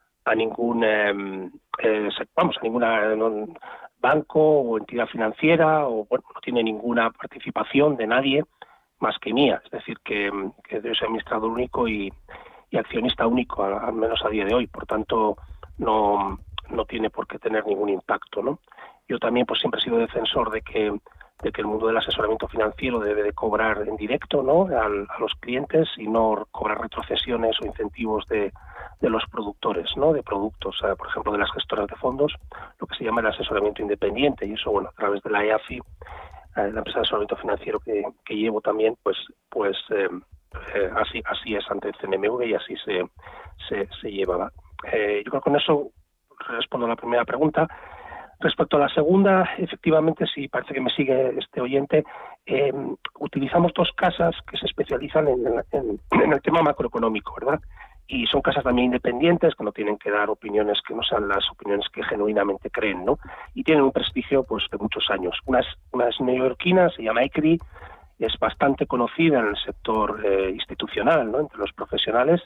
banco o entidad financiera, o bueno, no tiene ninguna participación de nadie más que mía. Es decir, que yo soy administrador único y accionista único, al menos a día de hoy. Por tanto, no tiene por qué tener ningún impacto, ¿no? Yo también pues siempre he sido defensor de que el mundo del asesoramiento financiero debe de cobrar en directo, ¿no?, a los clientes y no cobrar retrocesiones o incentivos de los productores, ¿no?, de productos, por ejemplo, de las gestoras de fondos, lo que se llama el asesoramiento independiente. Y eso, bueno, a través de la EAFI, la empresa de asesoramiento financiero que llevo también, pues así es ante el CNMV y así se lleva. Yo creo que con eso respondo a la primera pregunta. Respecto a la segunda, efectivamente, sí, parece que me sigue este oyente, utilizamos dos casas que se especializan en el tema macroeconómico, ¿verdad? Y son casas también independientes, que no tienen que dar opiniones que no sean las opiniones que genuinamente creen, ¿no? Y tienen un prestigio pues de muchos años. Una es neoyorquina, se llama ECRI, es bastante conocida en el sector institucional, ¿no?, entre los profesionales,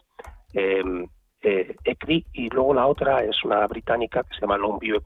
ECRI, y luego la otra es una británica que se llama Longview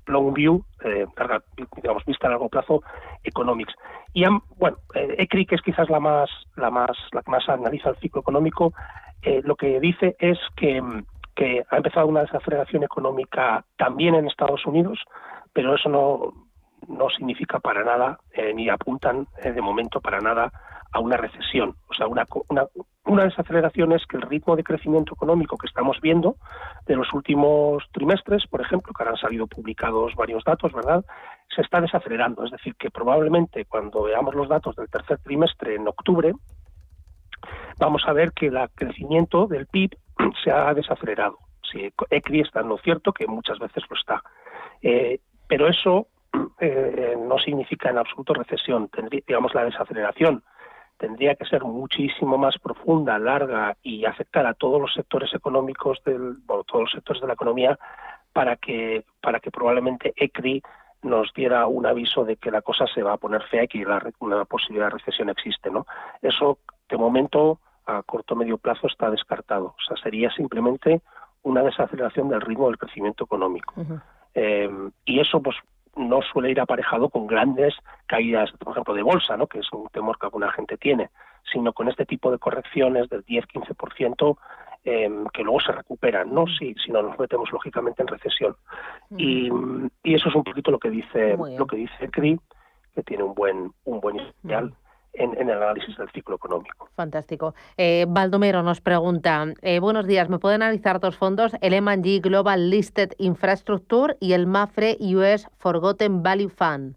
vista a largo plazo Economics. Y bueno, ECRI, que es quizás la que más analiza el ciclo económico, lo que dice es que ha empezado una desaceleración económica también en Estados Unidos, pero eso no significa para nada, ni apuntan de momento para nada a una recesión. O sea, una desaceleración es que el ritmo de crecimiento económico que estamos viendo de los últimos trimestres, por ejemplo, que ahora han salido publicados varios datos, ¿verdad?, se está desacelerando. Es decir, que probablemente cuando veamos los datos del tercer trimestre en octubre, vamos a ver que el crecimiento del PIB se ha desacelerado. Sí, ECRI está en lo cierto, que muchas veces lo está. Pero eso no significa en absoluto recesión. Digamos, la desaceleración tendría que ser muchísimo más profunda, larga y afectar a todos los sectores económicos todos los sectores de la economía para que probablemente ECRI nos diera un aviso de que la cosa se va a poner fea y que una posibilidad de recesión existe, ¿no? Eso, de momento, a corto o medio plazo está descartado. O sea, sería simplemente una desaceleración del ritmo del crecimiento económico. Y eso, pues, no suele ir aparejado con grandes caídas, por ejemplo, de bolsa, ¿no?, que es un temor que alguna gente tiene, sino con este tipo de correcciones del 10-15% que luego se recuperan, ¿no?, si no nos metemos lógicamente en recesión. Y eso es un poquito lo que dice ECRI, que tiene un buen historial en el análisis del ciclo económico. Fantástico. Baldomero nos pregunta, buenos días, ¿me puede analizar dos fondos, el M&G Global Listed Infrastructure y el MAPFRE US Forgotten Value Fund?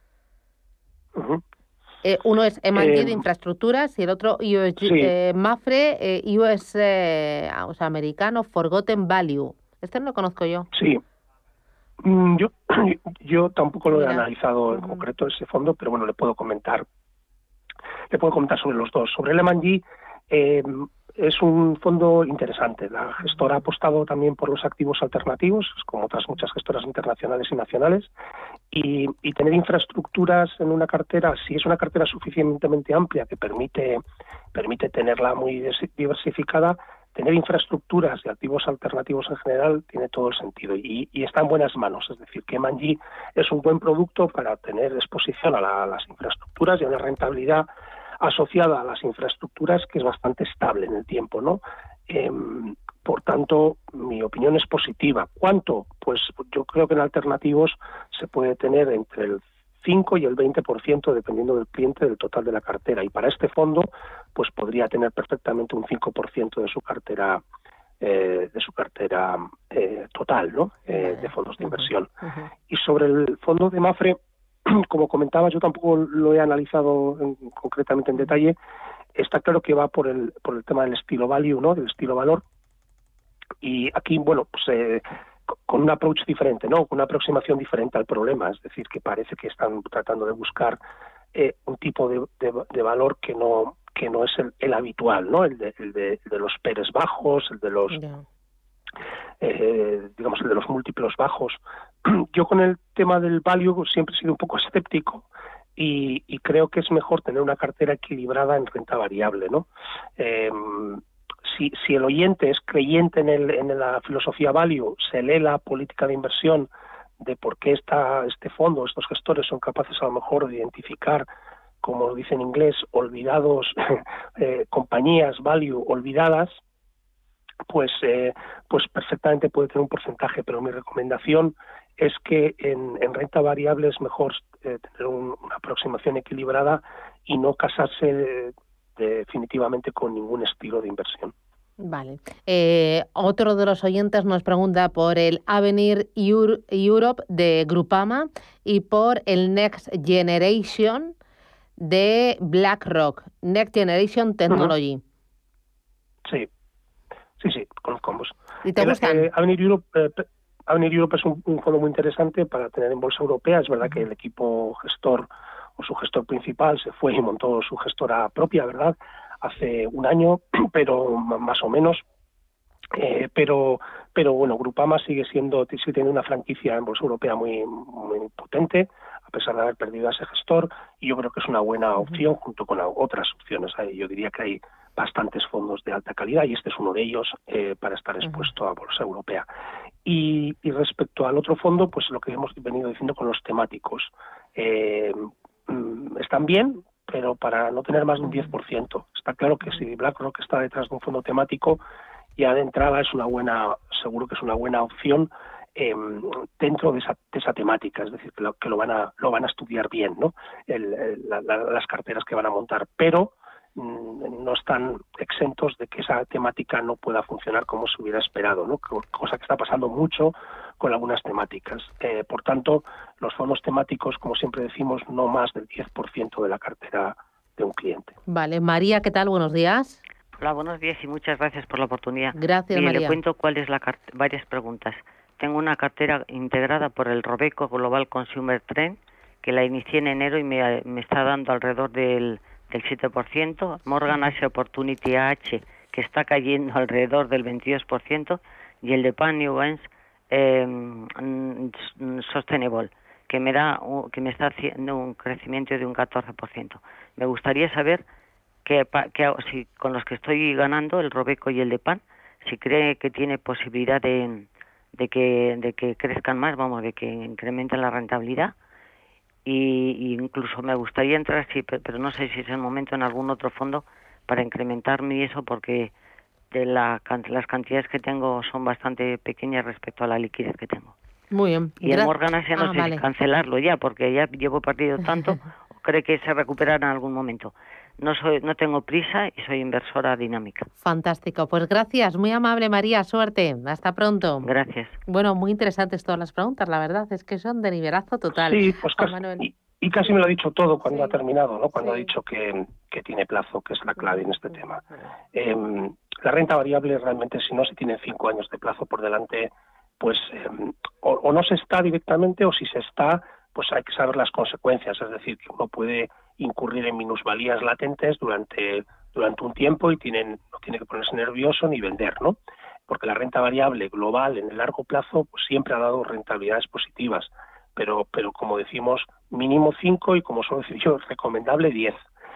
Uno es M&G de infraestructuras y el otro MAPFRE US, americano, Forgotten Value. Este no lo conozco yo. Sí. Yo tampoco lo he analizado en concreto ese fondo, pero bueno, le puedo comentar sobre los dos. Sobre el M&G, es un fondo interesante. La gestora ha apostado también por los activos alternativos, como otras muchas gestoras internacionales y nacionales, y tener infraestructuras en una cartera, si es una cartera suficientemente amplia que permite tenerla muy diversificada, tener infraestructuras y activos alternativos en general tiene todo el sentido y está en buenas manos. Es decir, que M&G es un buen producto para tener exposición a las infraestructuras y a una rentabilidad asociada a las infraestructuras que es bastante estable en el tiempo, ¿no? Por tanto, mi opinión es positiva. ¿Cuánto? Pues yo creo que en alternativos se puede tener entre el 5 y el 20%, dependiendo del cliente, del total de la cartera. Y para este fondo, pues podría tener perfectamente un 5% de su cartera total, ¿no? De fondos de inversión. Y sobre el fondo de MAPFRE, como comentaba, yo tampoco lo he analizado concretamente en detalle. Está claro que va por el tema del estilo value, ¿no?, del estilo valor. Y aquí, bueno, pues con un approach diferente, ¿no?, con una aproximación diferente al problema. Es decir, que parece que están tratando de buscar un tipo de valor que no es el habitual, ¿no? El de los pares bajos, el de los digamos, el de los múltiplos bajos. Yo con el tema del value siempre he sido un poco escéptico y creo que es mejor tener una cartera equilibrada en renta variable, ¿no? Si el oyente es creyente en la filosofía value, se lee la política de inversión de por qué este fondo, estos gestores son capaces a lo mejor de identificar, como dice en inglés, olvidados, compañías value olvidadas, pues perfectamente puede tener un porcentaje, pero mi recomendación es que en renta variable es mejor tener una aproximación equilibrada y no casarse definitivamente con ningún estilo de inversión. Vale. Otro de los oyentes nos pregunta por el Avenir Europe de Groupama y por el Next Generation de BlackRock, Next Generation Technology. Sí, conozco ambos. ¿Y te gustan? Avenir Europe es un fondo muy interesante para tener en bolsa europea. Es verdad que el equipo gestor o su gestor principal se fue y montó su gestora propia, ¿verdad?, hace un año, pero más o menos. Pero bueno, Groupama sigue teniendo una franquicia en bolsa europea muy potente, a pesar de haber perdido a ese gestor, y yo creo que es una buena opción junto con otras opciones. Yo diría que hay bastantes fondos de alta calidad y este es uno de ellos para estar expuesto a bolsa europea. Y respecto al otro fondo, pues lo que hemos venido diciendo con los temáticos, están bien, pero para no tener más de un 10%. Está claro que si BlackRock está detrás de un fondo temático, ya de entrada seguro que es una buena opción dentro de esa temática, es decir, que lo van a estudiar bien, ¿no? Las carteras que van a montar, pero no están exentos de que esa temática no pueda funcionar como se hubiera esperado, ¿no? Cosa que está pasando mucho con algunas temáticas. Por tanto, los fondos temáticos, como siempre decimos, no más del 10% de la cartera de un cliente. Vale. María, ¿qué tal? Buenos días. Hola, buenos días y muchas gracias por la oportunidad. Gracias, María. Le cuento cuál es varias preguntas. Tengo una cartera integrada por el Robeco Global Consumer Trend, que la inicié en enero y me está dando alrededor del 7%, Morgan Asia Opportunity AH, que está cayendo alrededor del 22%, y el de Pan New Wens Sustainable, que me está haciendo un crecimiento de un 14%. Me gustaría saber si con los que estoy ganando, el Robeco y el de Pan, si cree que tiene posibilidad de que crezcan más, de que incrementen la rentabilidad. Y incluso me gustaría entrar, sí, pero no sé si es el momento en algún otro fondo para incrementarme y eso, porque las cantidades que tengo son bastante pequeñas respecto a la liquidez que tengo. Muy bien. Y el Morgan Asia no sé si cancelarlo ya, porque ya llevo perdido tanto, o cree que se recuperará en algún momento. No tengo prisa y soy inversora dinámica. Fantástico. Pues gracias, muy amable, María. Suerte. Hasta pronto. Gracias. Bueno, muy interesantes todas las preguntas, la verdad. Es que son de nivelazo total. Sí, pues y casi me lo ha dicho todo cuando ha terminado, ¿no? Cuando ha dicho que tiene plazo, que es la clave en este tema. La renta variable realmente, si no se tiene 5 años de plazo por delante, pues o no se está directamente, o si se está, pues hay que saber las consecuencias. Es decir, que uno puede incurrir en minusvalías latentes durante un tiempo y no tiene que ponerse nervioso ni vender, ¿no? Porque la renta variable global en el largo plazo pues siempre ha dado rentabilidades positivas, pero como decimos, mínimo 5 y, como suelo decir yo, recomendable 10.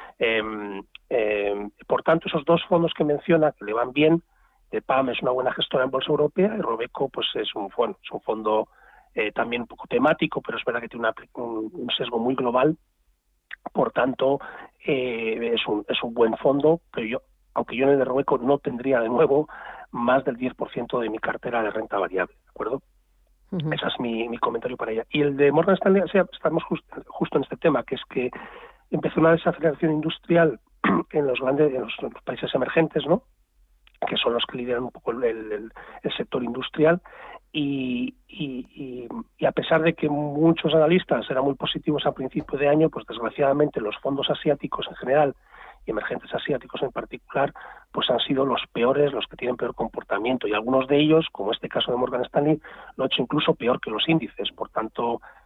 Por tanto, esos dos fondos que menciona, que le van bien, de PAM es una buena gestora en bolsa europea y Robeco pues es un fondo también un poco temático, pero es verdad que tiene un sesgo muy global. Por tanto, es un buen fondo, pero aunque yo en el de Robeco no tendría de nuevo más del 10% de mi cartera de renta variable, ¿de acuerdo? Ese es mi comentario para ella. Y el de Morgan Stanley, estamos justo en este tema, que es que empezó una desaceleración industrial en los países emergentes, ¿no?, que son los que lideran un poco el sector industrial, y a pesar de que muchos analistas eran muy positivos a principio de año, pues desgraciadamente los fondos asiáticos en general y emergentes asiáticos en particular, pues han sido los peores, los que tienen peor comportamiento, y algunos de ellos, como este caso de Morgan Stanley, lo ha hecho incluso peor que los índices. Por tanto,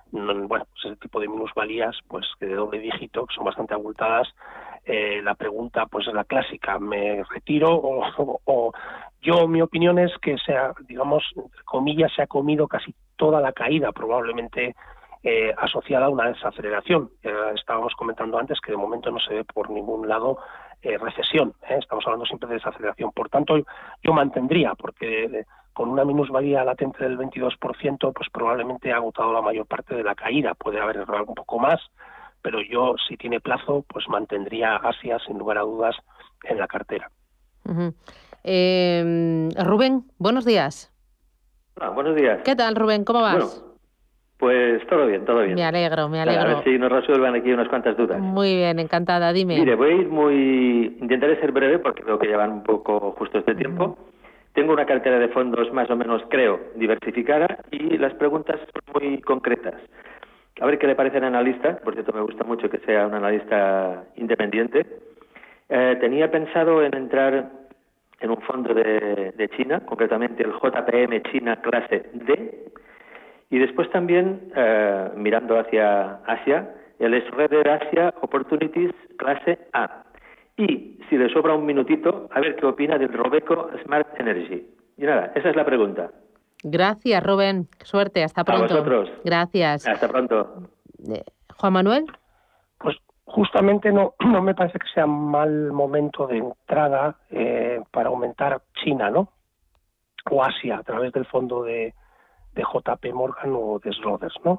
bueno, pues ese tipo de minusvalías, pues que de doble dígito, que son bastante abultadas, la pregunta pues es la clásica, ¿me retiro o yo, mi opinión es que digamos, entre comillas, se ha comido casi toda la caída, probablemente asociada a una desaceleración. Estábamos comentando antes que de momento no se ve por ningún lado recesión, estamos hablando siempre de desaceleración. Por tanto, yo mantendría, porque con una minusvalía latente del 22%, pues probablemente ha agotado la mayor parte de la caída. Puede haber un poco más, pero yo, si tiene plazo, pues mantendría Asia, sin lugar a dudas, en la cartera. Uh-huh. Rubén, buenos días. Buenos días. ¿Qué tal, Rubén? ¿Cómo vas? Bueno, pues todo bien, todo bien. Me alegro. A ver si nos resuelvan aquí unas cuantas dudas. Muy bien, encantada, dime. Mire, intentaré ser breve porque creo que llevan un poco justo este tiempo. Tengo una cartera de fondos más o menos, creo, diversificada, y las preguntas son muy concretas. A ver qué le parece al analista. Por cierto, me gusta mucho que sea un analista independiente. Tenía pensado en entrar en un fondo de China, concretamente el JPM China clase D, y después también, mirando hacia Asia, el Schroeder Asia Opportunities clase A. Y, si le sobra un minutito, a ver qué opina del Robeco Smart Energy. Y nada, esa es la pregunta. Gracias, Rubén. Suerte, hasta pronto. A vosotros. Gracias. Hasta pronto. Juan Manuel. Pues justamente no me parece que sea mal momento de entrada para aumentar China, ¿no? O Asia, a través del fondo de JP Morgan o de Schroders, ¿no?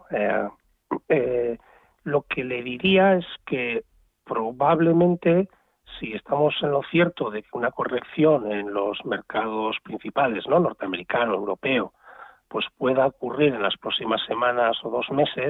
Lo que le diría es que probablemente, si estamos en lo cierto de que una corrección en los mercados principales, ¿no? Norteamericano, europeo, pues pueda ocurrir en las próximas semanas o 2 meses,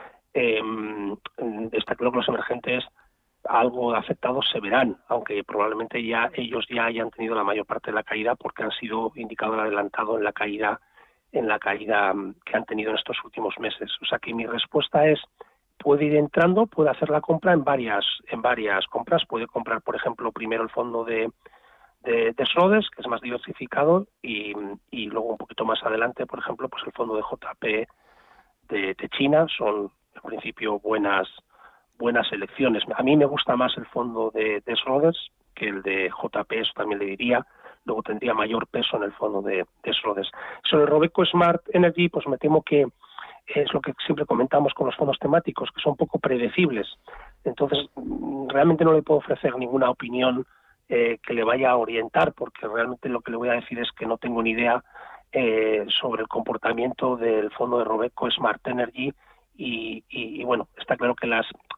está claro que los emergentes algo afectados se verán, aunque probablemente ellos ya hayan tenido la mayor parte de la caída porque han sido indicador adelantado en la caída que han tenido en estos últimos meses. O sea que mi respuesta es: puede ir entrando, puede hacer la compra en varias compras. Puede comprar, por ejemplo, primero el fondo de Schroders, que es más diversificado, y luego un poquito más adelante, por ejemplo, pues el fondo de JP de China. Son, en principio, buenas elecciones. A mí me gusta más el fondo de Schroders que el de JP, eso también le diría. Luego tendría mayor peso en el fondo de Schroders. Sobre el Robeco Smart Energy, pues me temo que es lo que siempre comentamos con los fondos temáticos, que son poco predecibles. Entonces, realmente no le puedo ofrecer ninguna opinión que le vaya a orientar, porque realmente lo que le voy a decir es que no tengo ni idea sobre el comportamiento del fondo de Robeco Smart Energy y bueno, está claro que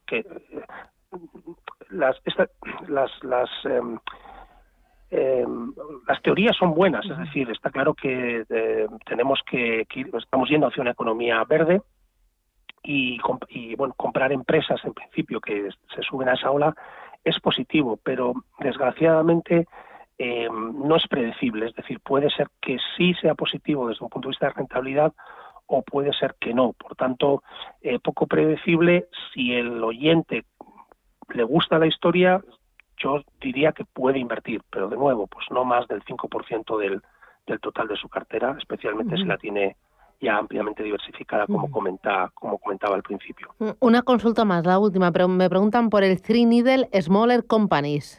las teorías son buenas, es decir, está claro que estamos yendo hacia una economía verde y bueno, comprar empresas en principio que se suben a esa ola es positivo, pero desgraciadamente no es predecible, es decir, puede ser que sí sea positivo desde un punto de vista de rentabilidad o puede ser que no. Por tanto, poco predecible. Si el oyente le gusta la historia, yo diría que puede invertir, pero de nuevo, pues no más del 5% del total de su cartera, especialmente si la tiene ya ampliamente diversificada, como comentaba al principio. Una consulta más, la última, pero me preguntan por el Three Needle Smaller Companies.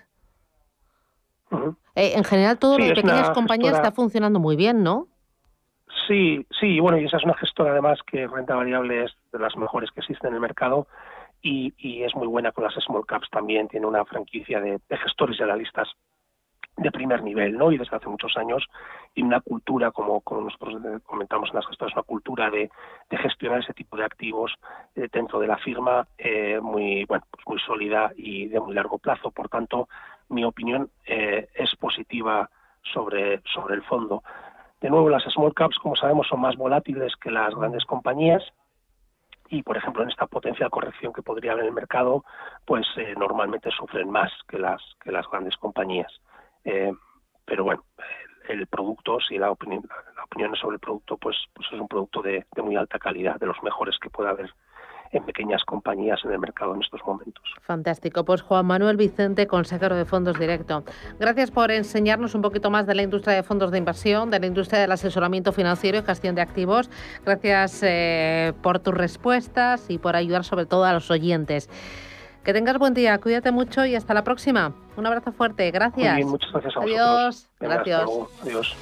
En general, todo lo de pequeñas compañías está funcionando muy bien, ¿no? Sí, bueno, y esa es una gestora además que renta variable es de las mejores que existen en el mercado y es muy buena con las small caps también. Tiene una franquicia de gestores y analistas de primer nivel, ¿no? Y desde hace muchos años tiene una cultura, como nosotros comentamos en las gestoras, una cultura de gestionar ese tipo de activos dentro de la firma muy sólida y de muy largo plazo. Por tanto, mi opinión es positiva sobre el fondo. De nuevo, las small caps, como sabemos, son más volátiles que las grandes compañías y, por ejemplo, en esta potencial corrección que podría haber en el mercado, pues normalmente sufren más que las grandes compañías. Pero bueno, el producto, si la opinión sobre el producto, pues es un producto de muy alta calidad, de los mejores que pueda haber en pequeñas compañías en el mercado en estos momentos. Fantástico. Pues Juan Manuel Vicente, consejero de Fondos Directo. Gracias por enseñarnos un poquito más de la industria de fondos de inversión, de la industria del asesoramiento financiero y gestión de activos. Gracias por tus respuestas y por ayudar sobre todo a los oyentes. Que tengas buen día, cuídate mucho y hasta la próxima. Un abrazo fuerte, gracias. Muy bien, muchas gracias a vosotros. Adiós. Venga, gracias. hasta luego. Adiós.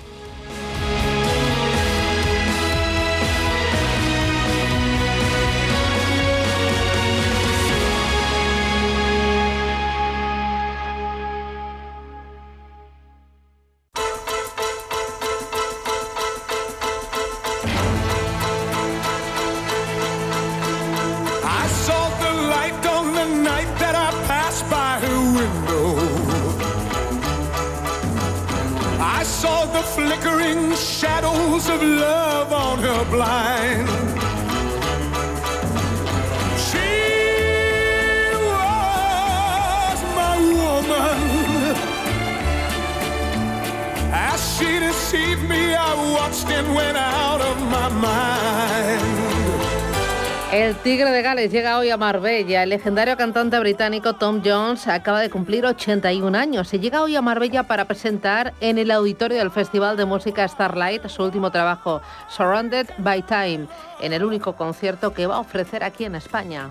Flickering shadows of love on her blind. She was my woman. As she deceived me, I watched and went out of my mind. El Tigre de Gales llega hoy a Marbella. El legendario cantante británico Tom Jones acaba de cumplir 81 años y llega hoy a Marbella para presentar en el auditorio del Festival de Música Starlight su último trabajo, Surrounded by Time, en el único concierto que va a ofrecer aquí en España.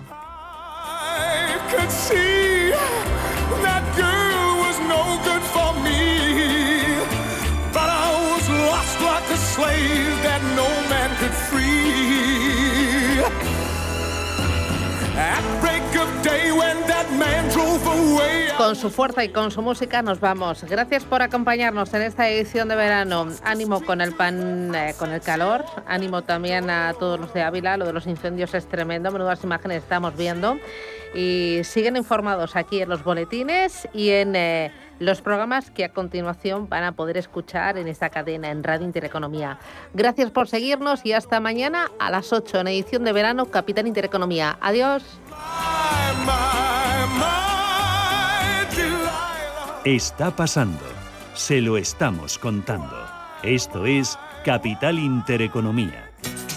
Con su fuerza y con su música nos vamos. Gracias por acompañarnos en esta edición de verano. Ánimo con el pan, con el calor. Ánimo también a todos los de Ávila. Lo de los incendios es tremendo. Menudas imágenes estamos viendo. Y siguen informados aquí en los boletines y en los programas que a continuación van a poder escuchar en esta cadena en Radio Intereconomía. Gracias por seguirnos y hasta mañana a las 8 en edición de verano Capital Intereconomía. Adiós. Está pasando. Se lo estamos contando. Esto es Capital Intereconomía.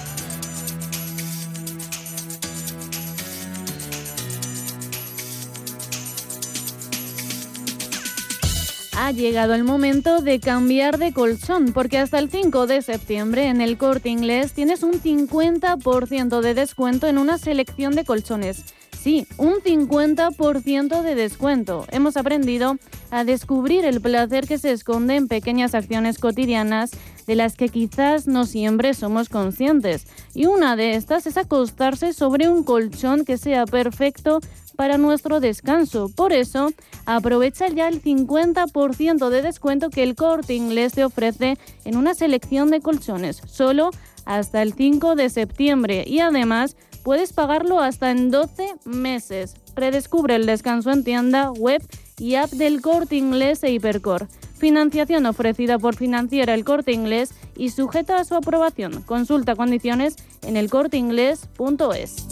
Ha llegado el momento de cambiar de colchón, porque hasta el 5 de septiembre en el Corte Inglés tienes un 50% de descuento en una selección de colchones. Sí, un 50% de descuento. Hemos aprendido a descubrir el placer que se esconde en pequeñas acciones cotidianas de las que quizás no siempre somos conscientes. Y una de estas es acostarse sobre un colchón que sea perfecto para nuestro descanso. Por eso, aprovecha ya el 50% de descuento que el Corte Inglés te ofrece en una selección de colchones, solo hasta el 5 de septiembre. Y además, puedes pagarlo hasta en 12 meses. Redescubre el descanso en tienda, web y app del Corte Inglés e Hipercor. Financiación ofrecida por Financiera El Corte Inglés y sujeta a su aprobación. Consulta condiciones en elcorteinglés.es.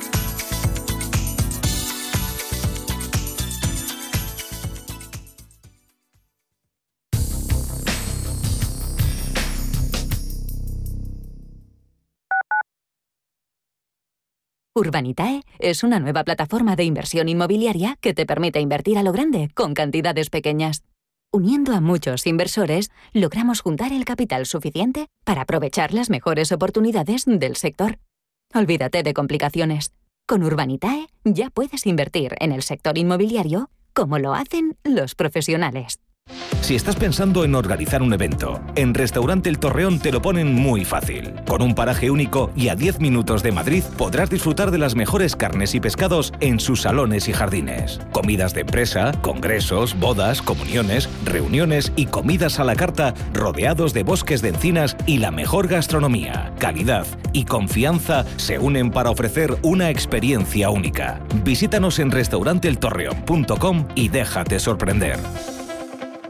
Urbanitae es una nueva plataforma de inversión inmobiliaria que te permite invertir a lo grande con cantidades pequeñas. Uniendo a muchos inversores, logramos juntar el capital suficiente para aprovechar las mejores oportunidades del sector. Olvídate de complicaciones. Con Urbanitae ya puedes invertir en el sector inmobiliario como lo hacen los profesionales. Si estás pensando en organizar un evento, en Restaurante El Torreón te lo ponen muy fácil. Con un paraje único y a 10 minutos de Madrid podrás disfrutar de las mejores carnes y pescados en sus salones y jardines. Comidas de empresa, congresos, bodas, comuniones, reuniones y comidas a la carta rodeados de bosques de encinas y la mejor gastronomía. Calidad y confianza se unen para ofrecer una experiencia única. Visítanos en restauranteeltorreón.com y déjate sorprender.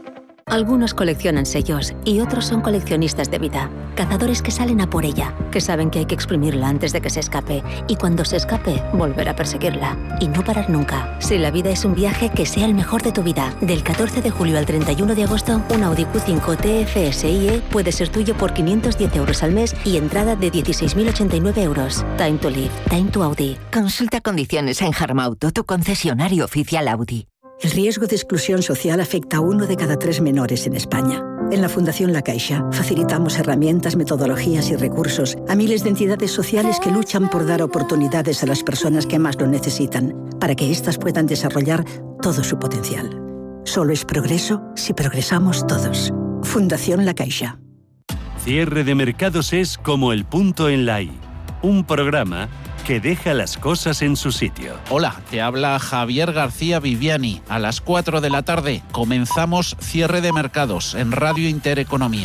Algunos coleccionan sellos y otros son coleccionistas de vida. Cazadores que salen a por ella, que saben que hay que exprimirla antes de que se escape y cuando se escape, volver a perseguirla y no parar nunca. Si la vida es un viaje, que sea el mejor de tu vida. Del 14 de julio al 31 de agosto, un Audi Q5 TFSIe puede ser tuyo por 510 euros al mes y entrada de 16.089 euros. Time to live. Time to Audi. Consulta condiciones en Harmauto, tu concesionario oficial Audi. El riesgo de exclusión social afecta a 1 de cada 3 menores en España. En la Fundación La Caixa facilitamos herramientas, metodologías y recursos a miles de entidades sociales que luchan por dar oportunidades a las personas que más lo necesitan, para que éstas puedan desarrollar todo su potencial. Solo es progreso si progresamos todos. Fundación La Caixa. Cierre de mercados es como el punto en la I. Un programa que deja las cosas en su sitio. Hola, te habla Javier García Viviani. A las 4 de la tarde comenzamos Cierre de Mercados en Radio Intereconomía.